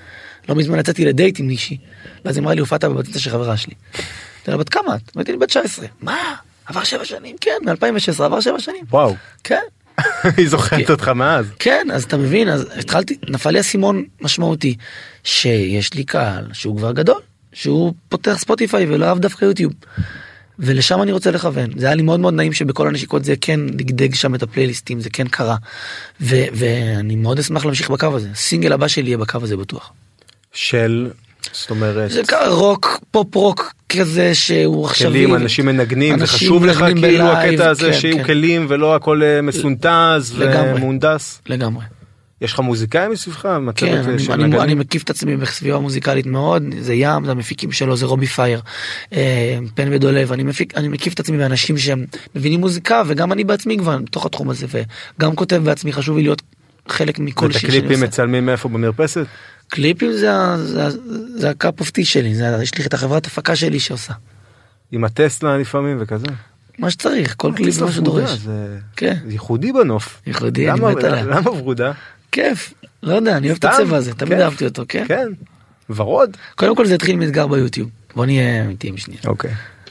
לא מזמן יצאתי לדייט עם מישהי, ואז היא אמרה לי, הופעת בבתית של חברה שלי. אמרתי לה, בת כמה את? אמרתי לי, בת 19. מה? עבר 7 שנים? כן, מ-2016 עבר 7 שנים. וואו. כן. היא זוכרת אותך מאז. כן, אז אתה מבין, אז התחלתי, נפל לי הסימון משמעותי, שיש לי קהל שהוא כבר גדול, שהוא פותח ספוטיפיי ולא אהב דווקא יוטיוב. ולשם אני רוצה לכוון. זה היה לי מאוד מאוד נעים שבכל הנשיקות זה כן לגדג שם את הפלייליסטים, זה כן קרה. ואני מאוד אשמח להמשיך בקו הזה. הסינגל הבא שלי יהיה בקו הזה בטוח. זאת אומרת... זה רוק, פופ רוק כזה שהוא עכשווי. כלים, אנשים מנגנים, זה חשוב לך כאילו הקטע הזה שיהיו כלים ולא הכל מסונטז ומונדס. לגמרי. יש לך מוזיקאים מסביבך? כן, אני מקיף את עצמי בסביבה מוזיקלית מאוד, זה ים, זה המפיקים שלו, זה רובי פייר, פן ודולב, אני מקיף את עצמי באנשים שהם מבינים מוזיקה, וגם אני בעצמי כבר בתוך התחום הזה, וגם כותב בעצמי, חשוב לי להיות חלק מכל שיר שאני עושה. ואת הקליפים מצלמים מאיפה במרפסת? קליפים זה הקאפ אופטי שלי, יש לי את החברת הפקה שלי שעושה. עם הטסלה לפעמים וכזה? מה שצריך, כל קליפ מה שדורש. זה ייחודי בנוף. ייחודי, אני מת עליה. למה ורודה? כיף, לא יודע, אני אוהב את הצבע הזה, תמיד אהבתי אותו, כן? כן, ורוד. קודם כל זה התחיל מאתגר ביוטיוב, בוא נהיה אמיתיים שנייה. אוקיי.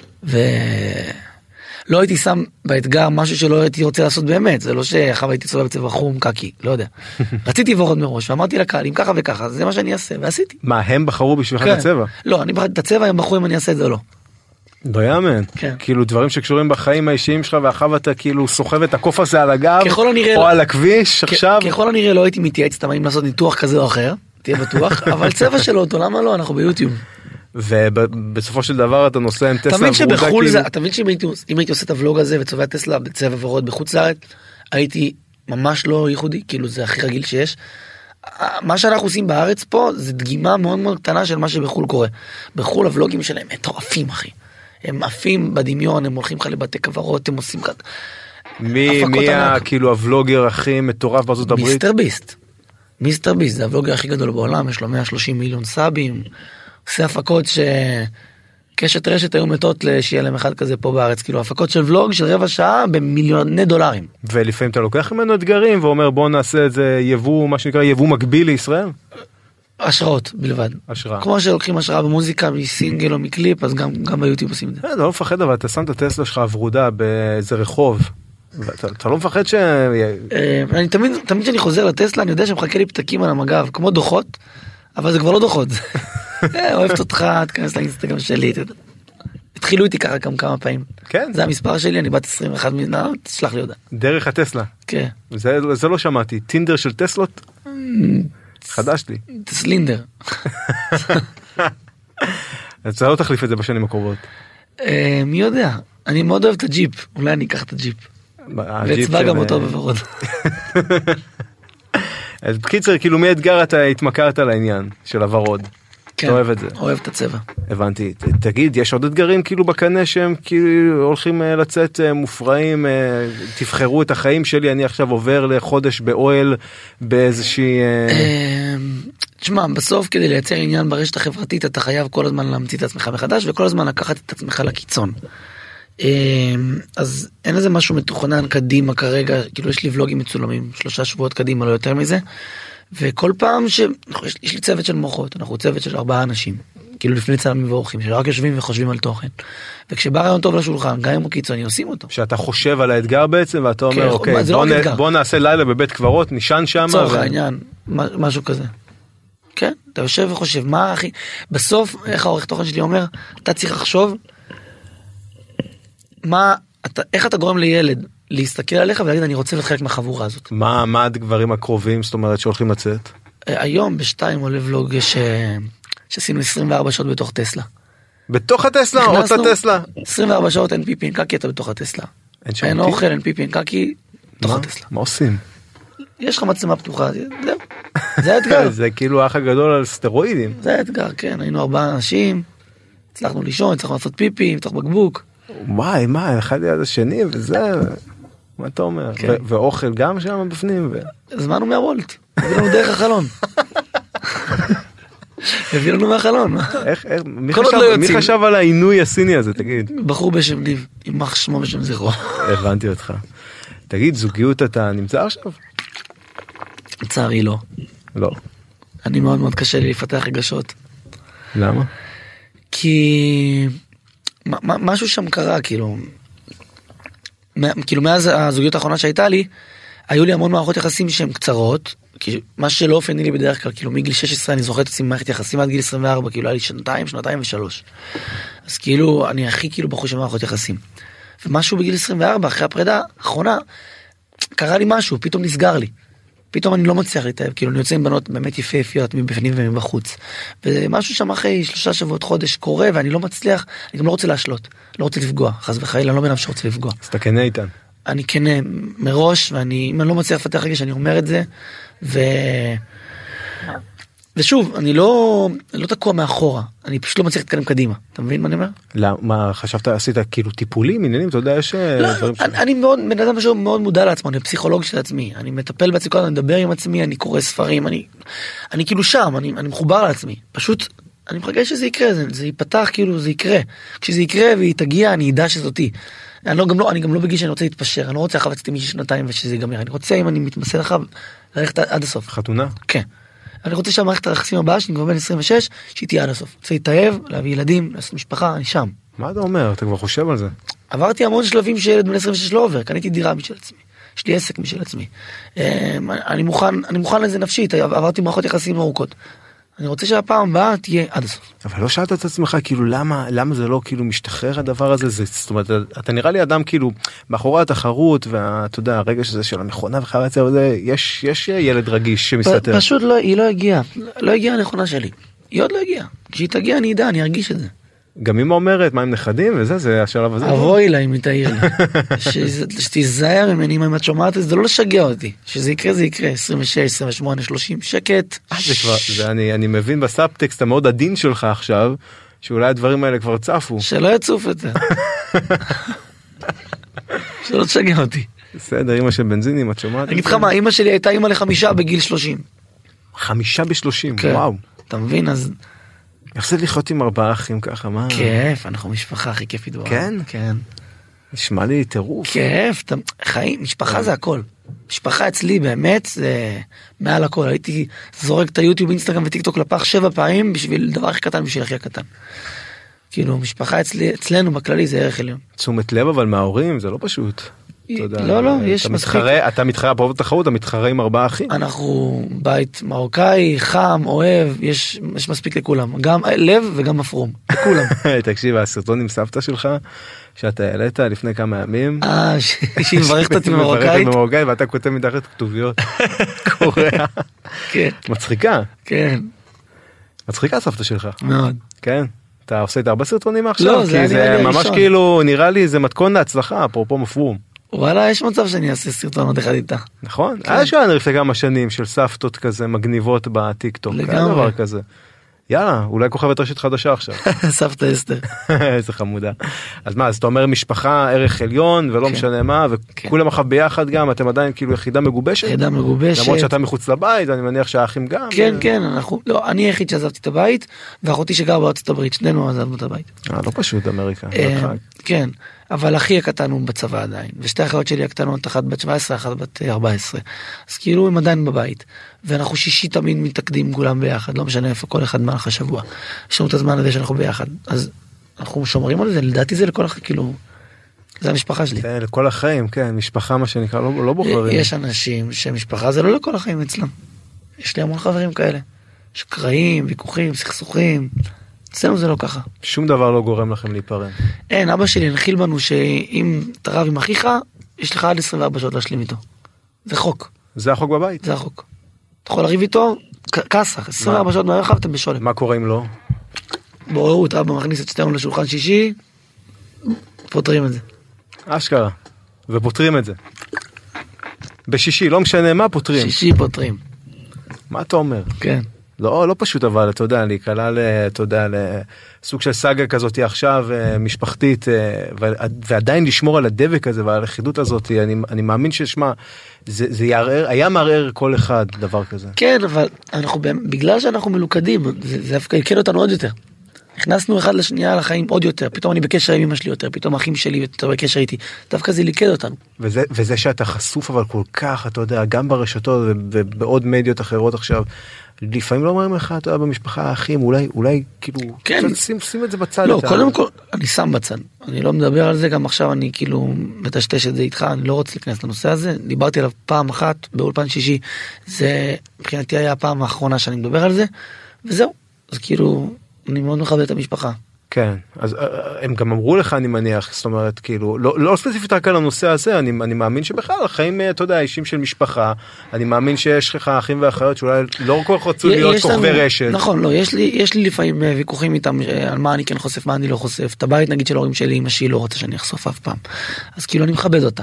ולא הייתי שם באתגר משהו שלא הייתי רוצה לעשות באמת, זה לא שאחר הייתי צובע בצבע חום, קקי, לא יודע. רציתי ורוד מראש, ואמרתי לקהל, אם ככה וככה, זה מה שאני אעשה, ועשיתי. מה, הם בחרו בשבילך את הצבע? לא, אני בחרתי את הצבע, הם בחרו אם אני אעשה את זה או לא. לא יאמן, כאילו דברים שקשורים בחיים האישיים שלך, ואחר אתה כאילו סוחב את הקוף הזה על הגב, או על הכביש עכשיו. ככל הנראה לא הייתי מתייעץ סתם אם לעשות ניתוח כזה או אחר, תהיה בטוח, אבל צבע שלו אותו, למה לא? אנחנו ביוטיוב. ובסופו של דבר אתה נוסע עם טסלה ורודה. אתה מבין שאם הייתי עושה את הוולוג הזה וצובע טסלה בצבע ורוד בחוץ לארץ, הייתי ממש לא ייחודי, כאילו זה הכי רגיל שיש. מה שאנחנו עושים בארץ פה, זה דגימה מאוד מאוד קטנה של מה שבחול קורה. בחול הוולוגים שלהם מטורפים, אחי. הם עפים בדמיון, הם הולכים לך לבתי כברות, הם עושים כאן. מי כאילו הוולוגר הכי מטורף בארצות הברית? מיסטר ביסט, זה הוולוגר הכי גדול בעולם, יש לו 130 מיליון סאבים, עושה הפקות שקשת רשת היו מתות שיהיה להם אחד כזה פה בארץ, כאילו הפקות של ולוג של רבע שעה במיליוני דולרים. ולפעמים אתה לוקח ממנו אתגרים ואומר בוא נעשה את זה יבוא, מה שנקרא יבוא מקביל לישראל? השראות בלבד. השראה. כמו שלוקחים השראה במוזיקה, מסינגל או מקליפ, אז גם ביוטיוב עושים את זה. אתה לא מפחד, אבל אתה שם את הטסלה שלך ורודה באיזה רחוב. אתה לא מפחד אני תמיד שאני חוזר לטסלה, אני יודע שמחכה לי פתקים על המגב, כמו דוחות, אבל זה כבר לא דוחות. אוהבת אותך, תכנס לאינסטגרם שלי. התחילו איתי ככה כמה פעמים. כן. זה המספר שלי, אני בת 21 מנה, תשלח לי הודעה. דרך הטסלה. כן. זה לא שמעתי. טינדר של טסלות? חדש לי. טסלינדר. אז אתה לא תחליף את זה בשנים הקרובות. מי יודע? אני מאוד אוהב את הג'יפ. אולי אני אקח את הג'יפ. ואצבע גם אותו בוורוד. אז בקיצר, כאילו מאתגר אתה התמכרת לעניין של הוורוד. כן, אוהב את זה. אוהב את הצבע. הבנתי. תגיד, יש עוד אתגרים כאילו בקנה שהם כאילו הולכים לצאת מופרעים, תבחרו את החיים שלי, אני עכשיו עובר לחודש באוהל באיזושהי... תשמע, בסוף כדי לייצר עניין ברשת החברתית, אתה חייב כל הזמן להמציא את עצמך מחדש, וכל הזמן לקחת את עצמך לקיצון. אז אין איזה משהו מתוכנן קדימה כרגע, כאילו יש לי ולוגים מצולמים, 3 שבועות קדימה, לא יותר מזה. וכל פעם יש לי צוות של מוחות, אנחנו צוות של 4 אנשים, כאילו לפני צלמים ואורחים, שרק יושבים וחושבים על תוכן. וכשבא רעיון טוב לשולחן, גם אם הוא קיצוני, עושים אותו. שאתה חושב על האתגר בעצם, ואתה אומר, אוקיי, בוא נעשה לילה בבית קברות, נשן שם. צורך העניין, משהו כזה. כן, אתה יושב וחושב, מה הכי... בסוף, איך העורך תוכן שלי אומר, אתה צריך לחשוב, איך אתה גורם לילד להסתכל עליך ולהגיד אני רוצה להיות חלק מהחבורה הזאת. מה הדברים הקרובים, זאת אומרת, שהולכים לצאת? היום ב2 עולה ולוג שעשינו 24 שעות בתוך טסלה. בתוך הטסלה? אותה טסלה? 24 שעות אין פיפי, אין קקי, אתה בתוך הטסלה. אין אוכל, אין פיפי, אין קקי, בתוך הטסלה. מה עושים? יש לך מצלמה פתוחה, זהו. זה האתגר. זה כאילו האח הגדול על סטרואידים. זה האתגר, כן. היינו 4 אנשים, הצלחנו לישון, הצלחנו לעשות פיפי, לפתוח בקבוק. וואי, מה, אחד ליד השני, וזה, מה אתה אומר? ואוכל גם שם בפנים? הזמנו מהוולט, הביא לנו דרך החלון. הביא לנו מהחלון. מי חשב על העינוי הסיני הזה, תגיד? בחור בשם ליב, יימח שמו בשם זכרו. הבנתי אותך. תגיד, זוגיות אתה נמצא עכשיו? לצערי לא. לא. אני מאוד מאוד קשה לי לפתח רגשות. למה? כי משהו שם קרה, כאילו מאז הזוגיות האחרונה שהייתה לי, היו לי המון מערכות יחסים שהן קצרות, מה שלא אופייני לי בדרך כלל, כאילו מגיל 16 אני זוכר את עצמי מערכת יחסים עד גיל 24, כאילו היה לי שנתיים ושלוש. אז כאילו אני הכי כאילו בחור של מערכות יחסים. ומשהו בגיל 24, אחרי הפרידה האחרונה, קרה לי משהו, פתאום נסגר לי. פתאום אני לא מצליח להתאהב, כאילו אני יוצא עם בנות באמת יפהפיות מבפנים ומבחוץ. ומשהו שם אחרי 3 שבועות חודש קורה, ואני לא מצליח, אני גם לא רוצה להשלות, לא רוצה לפגוע, חס וחלילה, אני לא בן שרוצה לפגוע. אז אתה כנה איתן. אני כנה מראש, ואם אני לא מצליח לפתח רגע שאני אומר את זה, ושוב, אני לא תקוע מאחורה, אני פשוט לא מצליח להתקדם קדימה, אתה מבין מה אני אומר? מה חשבת, עשית כאילו טיפולים, עניינים, אתה יודע, יש דברים ש... אני בן אדם משהו מאוד מודע לעצמו, אני פסיכולוג של עצמי, אני מטפל בעצמי, אני מדבר עם עצמי, אני קורא ספרים, אני כאילו שם, אני מחובר לעצמי, פשוט אני מחכה שזה יקרה, זה ייפתח, כאילו זה יקרה, כשזה יקרה והיא תגיע, אני ידע שזאתי. אני גם לא בגיל שאני רוצה להתפשר, אני לא רוצה לחוות מישהו 2 ושזה ייגמר, אני רוצה, אם אני מתמסר לך, ללכת עד הסוף. חתונה? כן. אני רוצה שהמערכת היחסים הבאה, שאני כבר בן 26, שהיא תהיה עד הסוף. רוצה להתאהב, להביא ילדים, לעשות משפחה, אני שם. מה אתה אומר? אתה כבר חושב על זה? עברתי המון שלבים שילד בן 26 לא עובר, קניתי דירה משל עצמי, יש לי עסק משל עצמי. אני מוכן לזה נפשית, עברתי מערכות יחסים ארוכות. אני רוצה שהפעם הבאה תהיה עד הסוף. אבל לא שאלת את עצמך, כאילו, למה זה לא כאילו משתחרר הדבר הזה? זאת אומרת, אתה נראה לי אדם כאילו, מאחורי התחרות, ואתה יודע, הרגע שזה של המכונה וחייב לצער, יש ילד רגיש שמסתתר. פשוט היא לא הגיעה, לא הגיעה הנכונה שלי. היא עוד לא הגיעה. כשהיא תגיע אני אדע, אני ארגיש את זה. גם אמא אומרת, מה עם נכדים, וזה, זה השלב הזה. אבוי לה אם היא תעיר לי. שתיזהר ממני, אם את שומעת, זה לא לשגע אותי. שזה יקרה, זה יקרה. 26, 28, 30, שקט. אני מבין בסאבטקסט המאוד עדין שלך עכשיו, שאולי הדברים האלה כבר צפו. שלא יצוף את זה. שלא תשגע אותי. בסדר, אמא של בנזינים, את שומעת? אני אגיד לך מה, אמא שלי הייתה אמא ל5 בגיל 30. 5 ב-30, וואו. אתה מבין, אז... איך זה לחיות עם 4 אחים ככה, מה? כיף, אנחנו משפחה הכי כיפית בעולם. כן? כן. נשמע לי טירוף. כיף, חיים, משפחה זה הכל. משפחה אצלי באמת זה מעל הכל. הייתי זורק את היוטיוב, אינסטגרם וטיקטוק לפח 7 פעמים בשביל דבר הכי קטן, בשביל הכי הקטן. כאילו, משפחה אצלנו בכללי זה ערך עליון. תשומת לב אבל מההורים זה לא פשוט. לא, יש מספיק. אתה מתחרה פה בתחרות, אתה מתחרה עם 4 אחים. אנחנו בית מרוקאי, חם, אוהב, יש מספיק לכולם. גם לב וגם מפרום, לכולם. תקשיב, הסרטון עם סבתא שלך, שאתה העלית לפני כמה ימים. שהיא מברכת אותי במרוקאית. ואתה כותב מתחת כתוביות. קוריאה. כן. מצחיקה. כן. מצחיקה סבתא שלך. מאוד. כן. אתה עושה את 4 סרטונים עכשיו? לא, זה זה ממש כאילו, נראה לי זה מתכון להצלחה, אפרופו מפרום. וואלה, יש מצב שאני אעשה סרטון עוד אחד איתה. נכון? היה שהיה לפני כמה שנים של סבתות כזה מגניבות בטיקטוק. לגמרי. כזה. יאללה, אולי כוכבת רשת חדשה עכשיו. סבתא אסתר. איזה חמודה. אז מה, אז אתה אומר משפחה, ערך עליון, ולא משנה מה, וכולם אחת ביחד גם, אתם עדיין כאילו יחידה מגובשת? יחידה מגובשת. למרות שאתה מחוץ לבית, אני מניח שהאחים גם. כן, כן, לא, אני היחיד שעזבתי את הבית, ואחותי שגר בארצות הברית, שנינו עזבנו את הבית. לא פשוט, אמריקה. כן, אבל אחי הקטן הוא בצבא עדיין, ושתי האחיות שלי הקטנות, אחת בת 17, אחת בת 14. אז כאילו הם עדיין בבית, ואנחנו 6 תמיד מתקדים כולם ביחד, לא משנה איפה כל אחד מהלך השבוע. יש לנו את הזמן הזה שאנחנו ביחד, אז אנחנו שומרים על זה, לדעתי זה לכל החיים, כאילו, זה המשפחה שלי. זה לכל החיים, כן, משפחה מה שנקרא, לא בוחרים. יש אנשים שמשפחה זה לא לכל החיים אצלם. יש לי המון חברים כאלה, שקראים, ויכוחים, סכסוכים. אצלנו זה לא ככה. שום דבר לא גורם לכם להיפרד. אין, אבא שלי הנחיל בנו שאם אתה רב עם אחיך, יש לך עד 24 שעות להשלים איתו. זה חוק. זה החוק בבית? זה החוק. אתה יכול לריב איתו, כסח, 24 שעות מהר חבתם בשולם. מה קורה אם לא? בוררות, אבא מכניס את שתינו לשולחן שישי, פותרים את זה. אשכרה. ופותרים את זה. בשישי, לא משנה מה, פותרים. שישי פותרים. מה אתה אומר? כן. לא פשוט אבל, אתה יודע, להיקלע לסוג של סאגה כזאת עכשיו, משפחתית, ועדיין לשמור על הדבק הזה ועל הלכידות הזאת, אני מאמין ששמע, זה היה מערער כל אחד דבר כזה. כן, אבל בגלל שאנחנו מלוכדים, זה דווקא יקל אותנו עוד יותר. נכנסנו אחד לשנייה לחיים עוד יותר, פתאום אני בקשר עם אמא שלי יותר, פתאום אחים שלי יותר בקשר איתי, דווקא זה ליקד אותנו. וזה שאתה חשוף אבל כל כך, אתה יודע, גם ברשתות ובעוד מדיות אחרות עכשיו, לפעמים לא אומרים לך, אתה יודע, במשפחה האחים, אולי כאילו, כן. שים את זה בצד. לא, קודם כל, אני שם בצד. אני לא מדבר על זה, גם עכשיו אני כאילו מטשטש את זה איתך, אני לא רוצה להיכנס לנושא הזה. דיברתי עליו פעם אחת, באולפן שישי, זה מבחינתי היה הפעם האחרונה שאני מדבר על זה, וזהו. אז כאילו, אני מאוד מכבד את המשפחה. כן, אז הם גם אמרו לך, אני מניח, זאת אומרת, כאילו, לא ספציפית רק על הנושא הזה, אני מאמין שבכלל, החיים, אתה יודע, אישים של משפחה, אני מאמין שיש לך אחים ואחיות שאולי לא כל כך רצו להיות כוכבי רשת. נכון, לא, יש לי לפעמים ויכוחים איתם על מה אני כן חושף, מה אני לא חושף. את הבית, נגיד, של ההורים שלי, אמא שלי לא רוצה שאני אחשוף אף פעם. אז כאילו, אני מכבד אותה.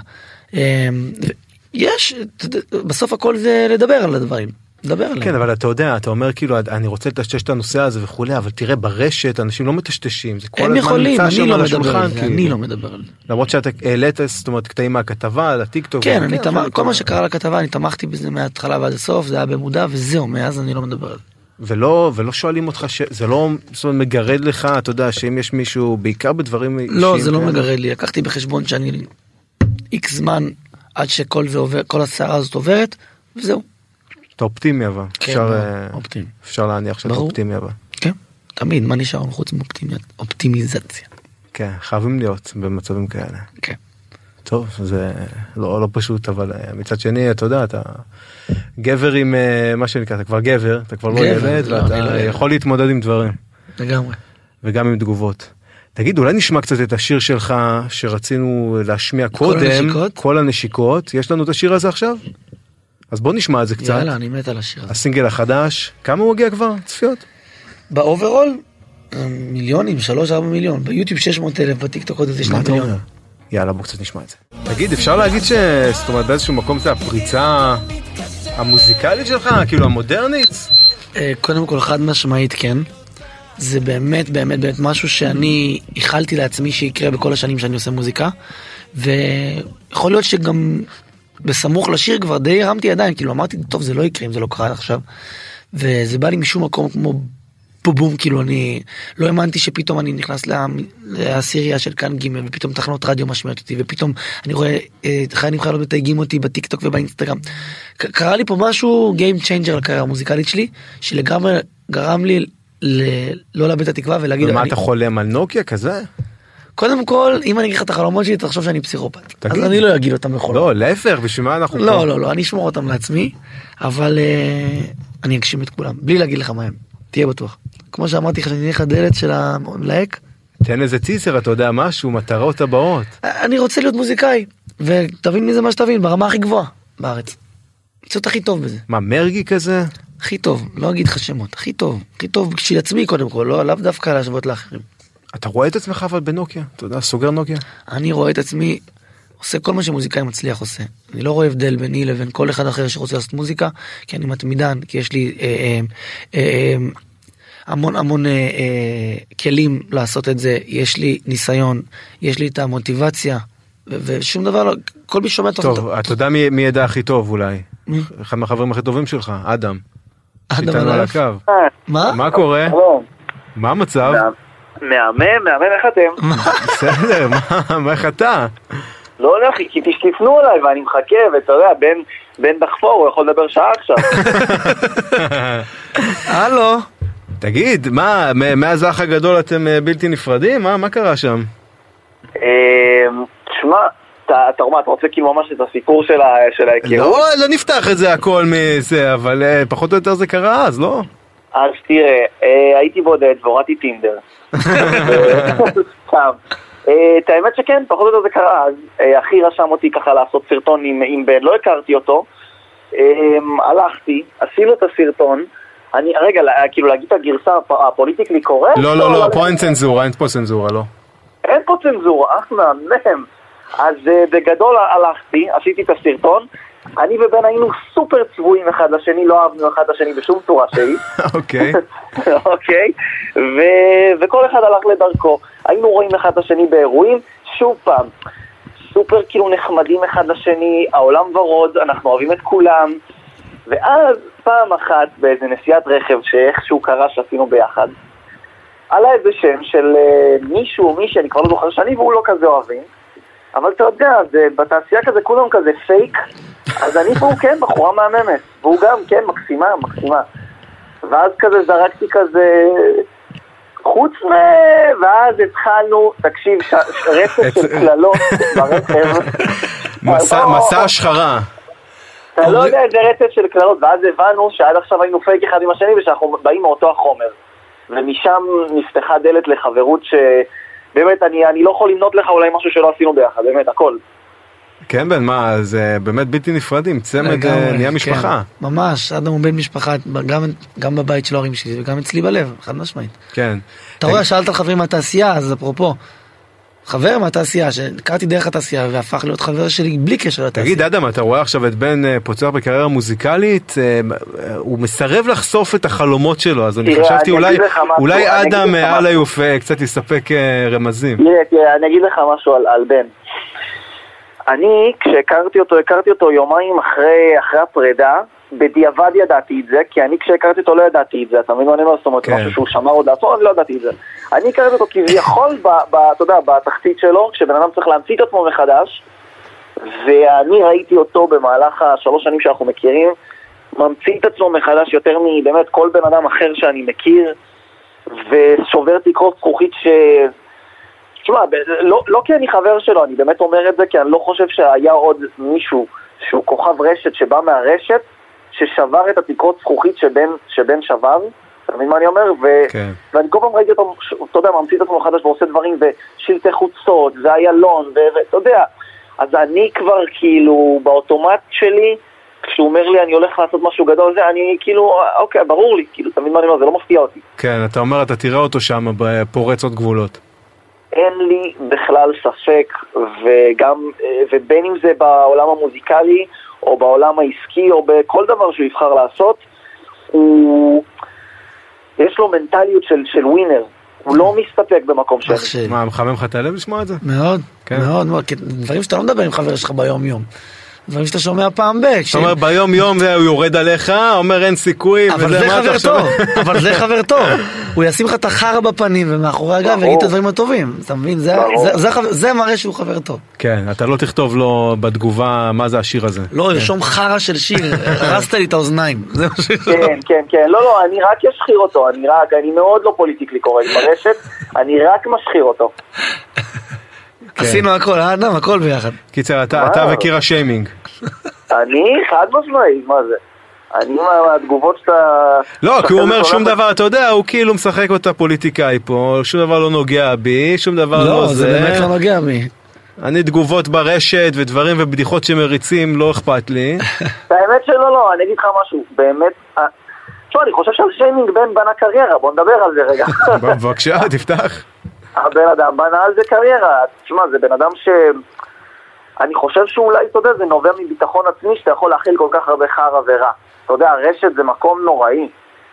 בסוף הכל זה לדבר על הדברים. כן, אבל אתה יודע, אתה אומר כאילו, אני רוצה לטשטש את הנושא הזה וכולי, אבל תראה, ברשת אנשים לא מטשטשים, זה כל הזמן נמצא שם על השולחן. אני לא מדבר על זה. למרות שאתה העלית, זאת אומרת, קטעים מהכתבה, לטיקטוק. כן, כל מה שקרה לכתבה, אני תמכתי בזה מההתחלה ועד הסוף, זה היה במודע, וזהו, מאז אני לא מדבר על זה. ולא שואלים אותך, זה לא מגרד לך, אתה יודע, שאם יש מישהו, בעיקר בדברים אישיים. לא, זה לא מגרד לי, לקחתי בחשבון שאני איקס זמן עד שכל הסערה הזאת עוברת, וזהו. אתה אופטימי אבל, אפשר להניח שאתה אופטימי אבל. כן, תמיד, מה נשאר חוץ מאופטימיזציה. כן, חייבים להיות במצבים כאלה. כן. טוב, זה לא פשוט, אבל מצד שני, אתה יודע, אתה גבר עם מה שנקרא, אתה כבר גבר, אתה כבר לא ילד, ואתה יכול להתמודד עם דברים. לגמרי. וגם עם תגובות. תגיד, אולי נשמע קצת את השיר שלך, שרצינו להשמיע קודם, כל הנשיקות, יש לנו את השיר הזה עכשיו? אז בוא נשמע את זה קצת. יאללה, אני מת על השיר הזה. הסינגל החדש, כמה הוא מגיע כבר? צפיות? באוברול, מיליונים, 3-4 מיליון. ביוטיוב 600,000, בטיקטוק עוד איזה 2 מיליון. יאללה, בוא קצת נשמע את זה. תגיד, אפשר להגיד זאת אומרת, באיזשהו מקום זה הפריצה המוזיקלית שלך, כאילו המודרנית? קודם כל, חד משמעית, כן. זה באמת, באמת, באמת משהו שאני איחלתי לעצמי שיקרה בכל השנים שאני עושה מוזיקה. ויכול להיות שגם בסמוך לשיר כבר די הרמתי ידיים, כאילו אמרתי, טוב, זה לא יקרה אם זה לא קרה עכשיו. וזה בא לי משום מקום כמו בובום, כאילו אני לא האמנתי שפתאום אני נכנס לעשירייה של כאן ג' ופתאום תחנות רדיו משמיעות אותי, ופתאום אני רואה חיילים חיילות מתייגים אותי בטיקטוק ובאינסטגרם. קרה לי פה משהו, Game Changer לקריירה המוזיקלית שלי, שלגמרי גרם לי לא לאבד את התקווה ולהגיד... ומה אתה חולם על נוקיה כזה? קודם כל, אם אני אגיד לך את החלומות שלי, תחשוב שאני פסיכופת. אז אני לא אגיד אותם בכל. לא, להפך, בשביל מה אנחנו... לא, אני אשמור אותם לעצמי, אבל אני אגשים את כולם, בלי להגיד לך מה הם. תהיה בטוח. כמו שאמרתי לך, שאני נלך הדלת של המלהק. תן איזה ציסר, אתה יודע משהו, מטרות הבאות. אני רוצה להיות מוזיקאי, ותבין מזה מה שתבין, ברמה הכי גבוהה בארץ. קצת הכי טוב בזה. מה, מרגי כזה? הכי טוב, לא אגיד לך שמות, הכי טוב בשביל עצמי קודם כל, לאו דווקא להשוות לאחרים. אתה רואה את עצמך אבל בנוקיה? אתה יודע, סוגר נוקיה? אני רואה את עצמי, עושה כל מה שמוזיקאי מצליח עושה. אני לא רואה הבדל ביני לבין כל אחד אחר שרוצה לעשות מוזיקה, כי אני מתמידן, כי יש לי המון כלים לעשות את זה, יש לי ניסיון, יש לי את המוטיבציה, ושום דבר לא, כל מי שומע... טוב, אתה יודע מי ידע הכי טוב אולי? אחד מהחברים הכי טובים שלך, אדם. אדם על הקו. מה קורה? מה המצב? מהמם, איך אתם? בסדר, איך אתה? לא, כי תפנו אליי ואני מחכה, ואתה יודע, בן דחפור, הוא יכול לדבר שעה עכשיו. הלו. תגיד, מה, מאז האח הגדול אתם בלתי נפרדים? מה קרה שם? תשמע, אתה רוצה כאילו ממש את הסיפור של ההיכרות? לא נפתח את זה הכל מזה, אבל פחות או יותר זה קרה אז, לא? אז תראה, הייתי בודד והורדתי טינדר. את האמת שכן, פחות או יותר זה קרה. אז אחי רשם אותי ככה לעשות סרטון עם בן, לא הכרתי אותו. הלכתי, עשינו את הסרטון. רגע, כאילו להגיד את הגרסה הפוליטיקלי קורקט? לא, פה אין צנזורה, אין פה צנזורה, לא. אין פה צנזורה, מהם. אז בגדול הלכתי, עשיתי את הסרטון. אני ובן היינו סופר צבועים אחד לשני, לא אהבנו אחד לשני בשום צורה שהיא. אוקיי. אוקיי. וכל אחד הלך לדרכו. היינו רואים אחד לשני באירועים, שוב פעם, סופר כאילו נחמדים אחד לשני, העולם ורוד, אנחנו אוהבים את כולם. ואז פעם אחת באיזה נסיעת רכב שאיכשהו קרה שעשינו ביחד, עלה איזה שם של מישהו או מישהי, אני כבר לא זוכר שאני והוא לא כזה אוהבים, אבל אתה יודע, בתעשייה כזה כולם כזה פייק, אז אני והוא כן בחורה מהממת, והוא גם כן מקסימה. ואז כזה זרקתי כזה, ואז התחלנו, תקשיב, רצף של כללות ברכב. מסע השחרה. אתה לא יודע איזה רצף של כללות, ואז הבנו שעד עכשיו היינו פייק אחד עם השני ושאנחנו באים מאותו החומר. ומשם נפתחה דלת לחברות שבאמת אני לא יכול למנות לך אולי משהו שלא עשינו ביחד, באמת, הכל. כן בן, מה, זה באמת בלתי נפרדים, צמד נהיה משפחה. כן, ממש, אדם הוא בן משפחה, גם בבית של ההורים שלי וגם אצלי בלב, חד משמעית. כן. אתה רואה, שאלת על חברים מהתעשייה, אז אפרופו, חבר מהתעשייה, שהכרתי דרך התעשייה והפך להיות חבר שלי בלי קשר לתעשייה. תגיד אדם, אתה רואה עכשיו את בן פוצח בקריירה מוזיקלית, הוא מסרב לחשוף את החלומות שלו, אז אני חשבתי אולי אדם על היוף קצת יספק רמזים. תראה, אני אגיד לך משהו על בן. אני, כשהכרתי אותו יומיים אחרי הפרידה, בדיעבד ידעתי את זה, כי אני כשהכרתי אותו לא ידעתי את זה, אתה מבין מה אני אומר? זאת אומרת, משהו שהוא שמר עוד דעתו, אני לא ידעתי את זה. אני הכרתי אותו כביכול, אתה יודע, בתחתית שלו, כשבן אדם צריך להמציא את עצמו מחדש, ואני ראיתי אותו במהלך 3 שנים שאנחנו מכירים, ממציא את עצמו מחדש יותר מבאמת כל בן אדם אחר שאני מכיר, ושובר תקרות זכוכית תשמע, לא כי אני חבר שלו, אני באמת אומר את זה, כי אני לא חושב שהיה עוד מישהו שהוא כוכב רשת שבא מהרשת, ששבר את התקרות זכוכית שבן שבר, אתה מבין מה אני אומר? ואני כל פעם ראיתי אותו, אתה יודע, ממציא את עצמו חדש ועושה דברים, ושלטי חוצות, ואיילון, ואתה יודע, אז אני כבר כאילו, באוטומט שלי, כשהוא אומר לי אני הולך לעשות משהו גדול, אני כאילו, אוקיי, ברור לי, כאילו, אתה מבין מה אני אומר, זה לא מפתיע אותי. כן, אתה אומר, אתה תראה אותו שם, בפורץ עוד גבולות. אין לי בכלל ספק, ובין אם זה בעולם המוזיקלי, או בעולם העסקי, או בכל דבר שהוא יבחר לעשות, יש לו מנטליות של ווינר. הוא לא מסתפק במקום שני. מה, מחמם לך את הלב לשמוע את זה? מאוד, מאוד, מאוד. דברים שאתה לא מדבר עם חבר שלך ביום יום. דברים שאתה שומע פעם זאת אומרת, ביום יום הוא יורד עליך, אומר אין סיכוי, אבל זה חבר טוב, אבל זה חבר טוב. הוא ישים לך את החרה בפנים ומאחורי הגב ויגיד את הדברים הטובים. אתה מבין? זה מראה שהוא חבר טוב. כן, אתה לא תכתוב לו בתגובה מה זה השיר הזה. לא, ירשום חרה של שיר, הרסת לי את האוזניים. כן, לא, אני רק אשחיר אותו, אני מאוד לא פוליטיקלי קורקט ברשת, אני רק משחיר אותו. עשינו הכל, אדם, הכל ביחד. קיצר, אתה וקירה שיימינג. אני חד משמעית, מה זה? אני מהתגובות שאתה... לא, כי הוא אומר שום דבר, אתה יודע, הוא כאילו משחק אותה פוליטיקאי פה, שום דבר לא נוגע בי, שום דבר לא זה. לא, זה באמת לא נוגע בי. אני תגובות ברשת ודברים ובדיחות שמריצים, לא אכפת לי. האמת שלא, לא, אני אגיד לך משהו, באמת... אני חושב שעל שיימינג בנה קריירה, בוא נדבר על זה רגע. בבקשה, תפתח. הבן אדם בנה על זה קריירה, תשמע, זה בן אדם אני חושב שאולי, אתה יודע, זה נובע מביטחון עצמי שאתה יכול להכיל כל כך הרבה חרא ורע. אתה יודע, הרשת זה מקום נוראי,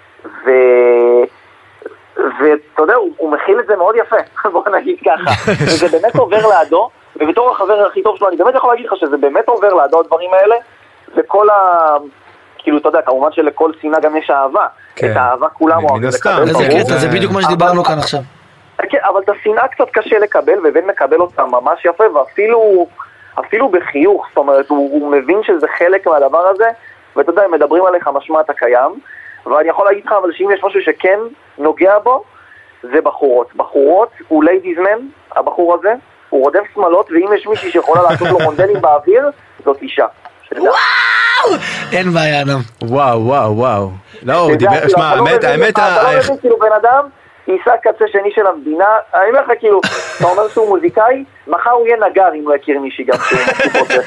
ואתה יודע, הוא מכיל את זה מאוד יפה, בוא נגיד ככה, וזה באמת עובר לידו, ובתור החבר הכי טוב שלו, אני באמת יכול להגיד לך שזה באמת עובר לידו הדברים האלה, וכל כאילו, אתה יודע, כמובן שלכל שנאה גם יש אהבה, את האהבה כולם אוהבים לקבל. זה בדיוק מה שדיברנו כאן עכשיו. כן, אבל את השנאה קצת קשה לקבל, ובן מקבל אותה ממש יפה, ואפילו בחיוך, זאת אומרת, הוא מבין שזה חלק מהדבר הזה, ואתה יודע, הם מדברים עליך משמע אתה קיים, ואני יכול להגיד לך, אבל שאם יש משהו שכן נוגע בו, זה בחורות. בחורות הוא ליידיזמן, הבחור הזה, הוא רודף שמלות, ואם יש מישהי שיכולה לעשות לו רונדלים באוויר, זאת אישה. וואו! אין בעיה, אדם. וואו. לא, הוא דיבר, שמע, האמת... אתה לא מבין, כאילו, בן אדם... ייסע קצה שני של המדינה, אני אומר לך כאילו, אתה אומר שהוא מוזיקאי, מחר הוא יהיה נגר אם הוא יכיר מישהי גם שהוא מוסיף אותה.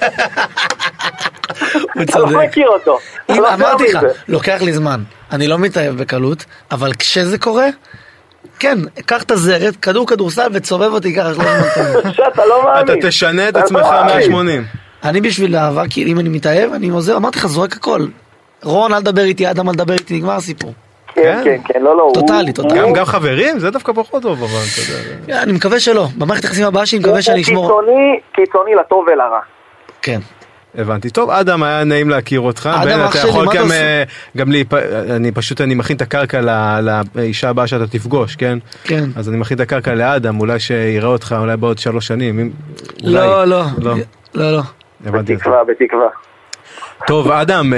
הוא צודק. אני לא מכיר אותו. אמרתי לך, לוקח לי זמן, אני לא מתאהב בקלות, אבל כשזה קורה, כן, קח את הזרת, כדורסל וצובב אותי ככה 300 שאתה לא מאמין. אתה תשנה את עצמך 180. אני בשביל אהבה, כי אם אני מתאהב, אני עוזר, אמרתי לך, זורק הכל. רון, אל דבר איתי, אדם, אל דבר איתי, נגמר הסיפור. כן, לא. טוטלי. גם חברים? זה דווקא פחות טוב, אבל אתה יודע. אני מקווה שלא. במערכת היחסים הבאה שאני מקווה שאני אשמור... קיצוני לטוב ולרע. כן. הבנתי. טוב, אדם, היה נעים להכיר אותך. אדם, אח שלי, מה אתה עושה? גם לי, אני מכין את הקרקע לאישה הבאה שאתה תפגוש, כן? כן. אז אני מכין את הקרקע לאדם, אולי שיראה אותך, אולי בעוד 3 שנים. לא, לא. לא. בתקווה. טוב, אדם,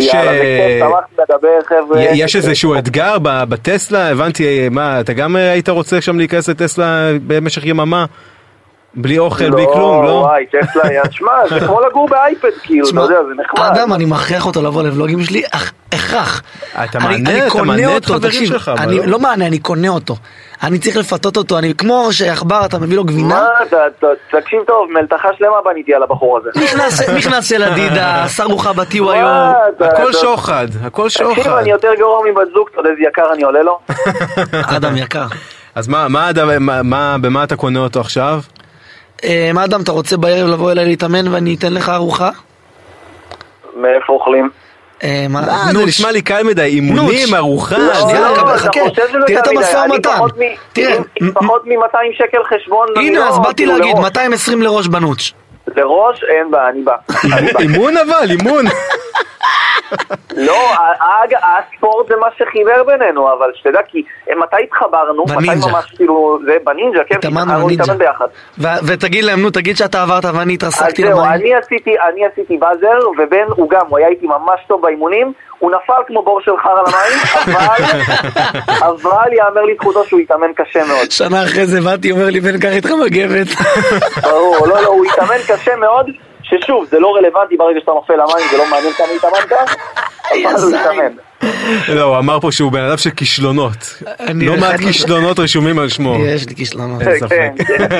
יש איזשהו אתגר בטסלה, הבנתי, מה, אתה גם היית רוצה שם להיכנס לטסלה במשך יממה? בלי אוכל, בלי כלום, לא? וואי, טסלה, תשמע, זה כמו לגור באייפד, כאילו, אתה יודע, זה נחמד. אדם, אני מכריח אותו לבוא לבלוגים שלי, הכרח. אתה מענה את חברים שלך. אני לא מענה, אני קונה אותו. אני צריך לפתות אותו, אני כמו שעכבר, אתה מביא לו גבינה. מה, תקשיב טוב, מלתחה שלמה בניתי על הבחור הזה. נכנס ילדידה, סרוחה בטיו היום. הכל שוחד, הכל שוחד. תקשיב, אני יותר גרוע מבת זוג, אתה יודע איזה יקר אני עולה לו? אדם יקר. אז במה אתה קונה אותו עכשיו? מה אדם, אתה רוצה בערב לבוא אליי להתאמן ואני אתן לך ארוחה? מאיפה אוכלים? זה נשמע לי קל מדי, אימונים, ארוחה. תראה את המשא ומתן. פחות מ-200 שקל חשבון. הנה, אז באתי להגיד, 220 לראש בנוץ'. לראש? אין בה, אני בא. אימון אבל, אימון. לא, הספורט זה מה שחיבר בינינו, אבל שתדע, כי מתי התחברנו? בנינג'ה. מתי ממש כאילו, זה בנינג'ה, כן, התחברנו להתאמן ביחד. ותגיד להם, נו, תגיד שאתה עברת ואני התרסקתי למים. אני עשיתי באזר, ובן הוא גם, הוא היה איתי ממש טוב באימונים, הוא נפל כמו בור של חר על המים, אבל יאמר לי זכותו שהוא יתאמן קשה מאוד. שנה אחרי זה באתי, אומר לי, בן קח איתך מגבת. ברור, לא, הוא יתאמן קשה מאוד, ששוב, זה לא רלוונטי ברגע שאתה נופל למים, זה לא מעניין כמה התאמנת, אבל הוא יתאמן. לא, הוא אמר פה שהוא בן אדם של כישלונות. לא מעט כישלונות רשומים על שמו. יש לי כישלונות. כן.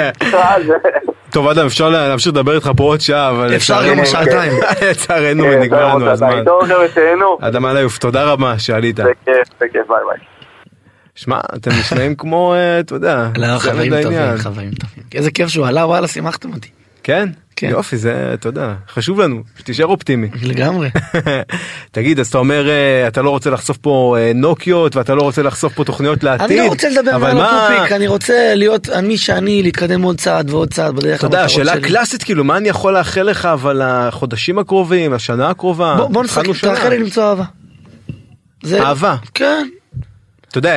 טוב, אדם, אפשר להמשיך לדבר איתך פה עוד שעה, אבל... אפשר גם שעתיים. לצערנו, נגמר לנו הזמן. אדם עליוף, תודה רבה שעלית. בכיף, ביי ביי. שמע, אתם נשמעים כמו, אתה יודע, חברים טובים. איזה כיף שהוא עלה, וואלה, שימחתם אותי. כן? יופי, זה, אתה יודע, חשוב לנו, שתישאר אופטימי. לגמרי. תגיד, אז אתה אומר, אתה לא רוצה לחשוף פה נוקיות, ואתה לא רוצה לחשוף פה תוכניות לעתיד. אני לא רוצה לדבר על הפופיק, אני רוצה להיות מי שאני, להתקדם עוד צעד ועוד צעד בדרך המטרות שלי. אתה יודע, שאלה קלאסית, כאילו, מה אני יכול לאחל לך, אבל החודשים הקרובים, השנה הקרובה? בוא נסתכל, תאחל לי למצוא אהבה. אהבה? כן. אתה יודע,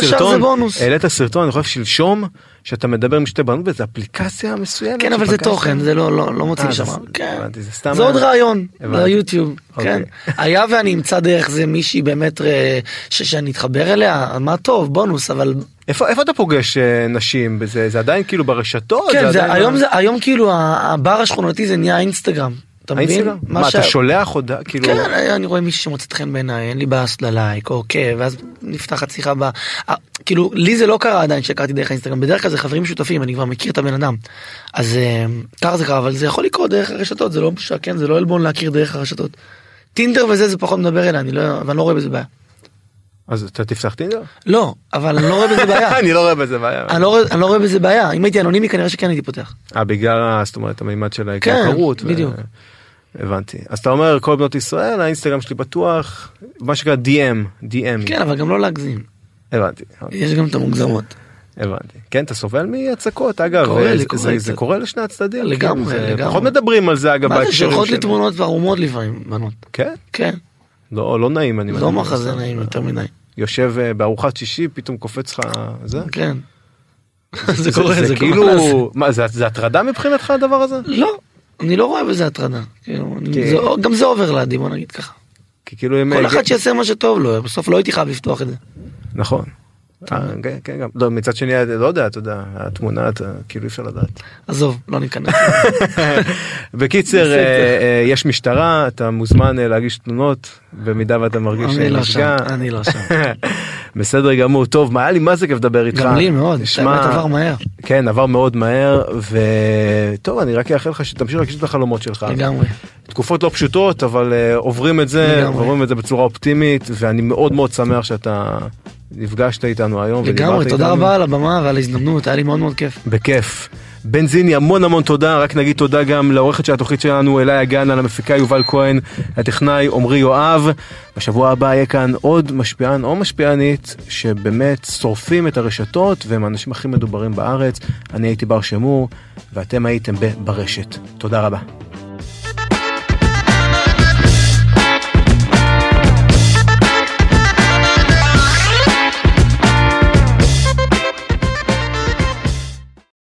העלית סרטון, אני חושב שלשום, שאתה מדבר עם שתי בנות באיזו אפליקציה מסוימת. כן, אבל זה תוכן, זה לא מוציא שם. זה עוד רעיון ליוטיוב. היה ואני אמצא דרך זה מישהי באמת שאני אתחבר אליה, מה טוב, בונוס, אבל... איפה אתה פוגש נשים בזה? זה עדיין כאילו ברשתות? כן, היום כאילו הבר השכונתי זה נהיה אינסטגרם. אתה מבין? מה, אתה שולח הודעה? כן, אני רואה מישהו שמוצאת חן בעיניי, אין לי בעס ללייק, אוקיי, ואז נפתחת שיחה כאילו, לי זה לא קרה עדיין שהכרתי דרך האינסטגרם, בדרך כלל זה חברים משותפים, אני כבר מכיר את הבן אדם. אז ככה זה קרה, אבל זה יכול לקרות דרך הרשתות, זה לא בושה, כן, זה לא אלבון להכיר דרך הרשתות. טינדר וזה, זה פחות מדבר אליי, אבל אני לא רואה בזה בעיה. אז אתה תפתח טינדר? לא, אבל אני לא רואה בזה בעיה. אני לא רואה בזה בעיה. אני לא רואה בזה בעיה. אם הייתי אנונימי, כנראה שכן הייתי פותח. בגלל, זאת אומרת, המימד של ההיכרות. כן, בדיוק. הבנתי. אז אתה אומר, כל בנות ישראל, האינסטגרם שלי פתוח, מה שקרה DM. כן, אבל גם לא להגזים. הבנתי. יש גם את המוגזמות. הבנתי. כן, אתה סובל מהצקות, אגב. זה קורה לשני הצדדים. לגמרי. פחות מדברים על זה, אגב. מה זה שולחות לי תמונות וערומות לפעמים, בנות. כן? כן. לא נעים, אני לא מחזה נעים יותר מדי. יושב בארוחת שישי, פתאום קופץ לך זה? כן. זה קורה, זה כאילו, מה, זה הטרדה מבחינתך הדבר הזה? לא, אני לא רואה בזה הטרדה. גם זה עובר לידי, בוא נגיד ככה. כל אחד שיעשה מה שטוב לו, בסוף לא הייתי חייב לפתוח את זה. נכון. כן, גם. לא, מצד שני, לא יודע, אתה יודע, התמונה, כאילו אי אפשר לדעת. עזוב, לא ניכנס. בקיצר, יש משטרה, אתה מוזמן להגיש תלונות, במידה ואתה מרגיש שנפגע. אני לא שם. בסדר גמור, טוב, היה לי מה זה כיף לדבר איתך. גם לי מאוד, באמת עבר מהר. כן, עבר מאוד מהר, וטוב, אני רק אאחל לך שתמשיך להגשים את החלומות שלך. לגמרי. תקופות לא פשוטות, אבל עוברים את זה בצורה אופטימית, ואני מאוד מאוד שמח שאתה נפגשת איתנו היום. לגמרי, תודה רבה על הבמה ועל ההזדמנות, היה לי מאוד מאוד כיף. בכיף. בנזיני, המון תודה, רק נגיד תודה גם לעורכת של התוכנית שלנו, אליי הגן, על המפיקה יובל כהן, הטכנאי עומרי יואב. בשבוע הבא יהיה כאן עוד משפיען או משפיענית, שבאמת שורפים את הרשתות, והם האנשים הכי מדוברים בארץ. אני הייתי בר שמור, ואתם הייתם ברשת. תודה רבה.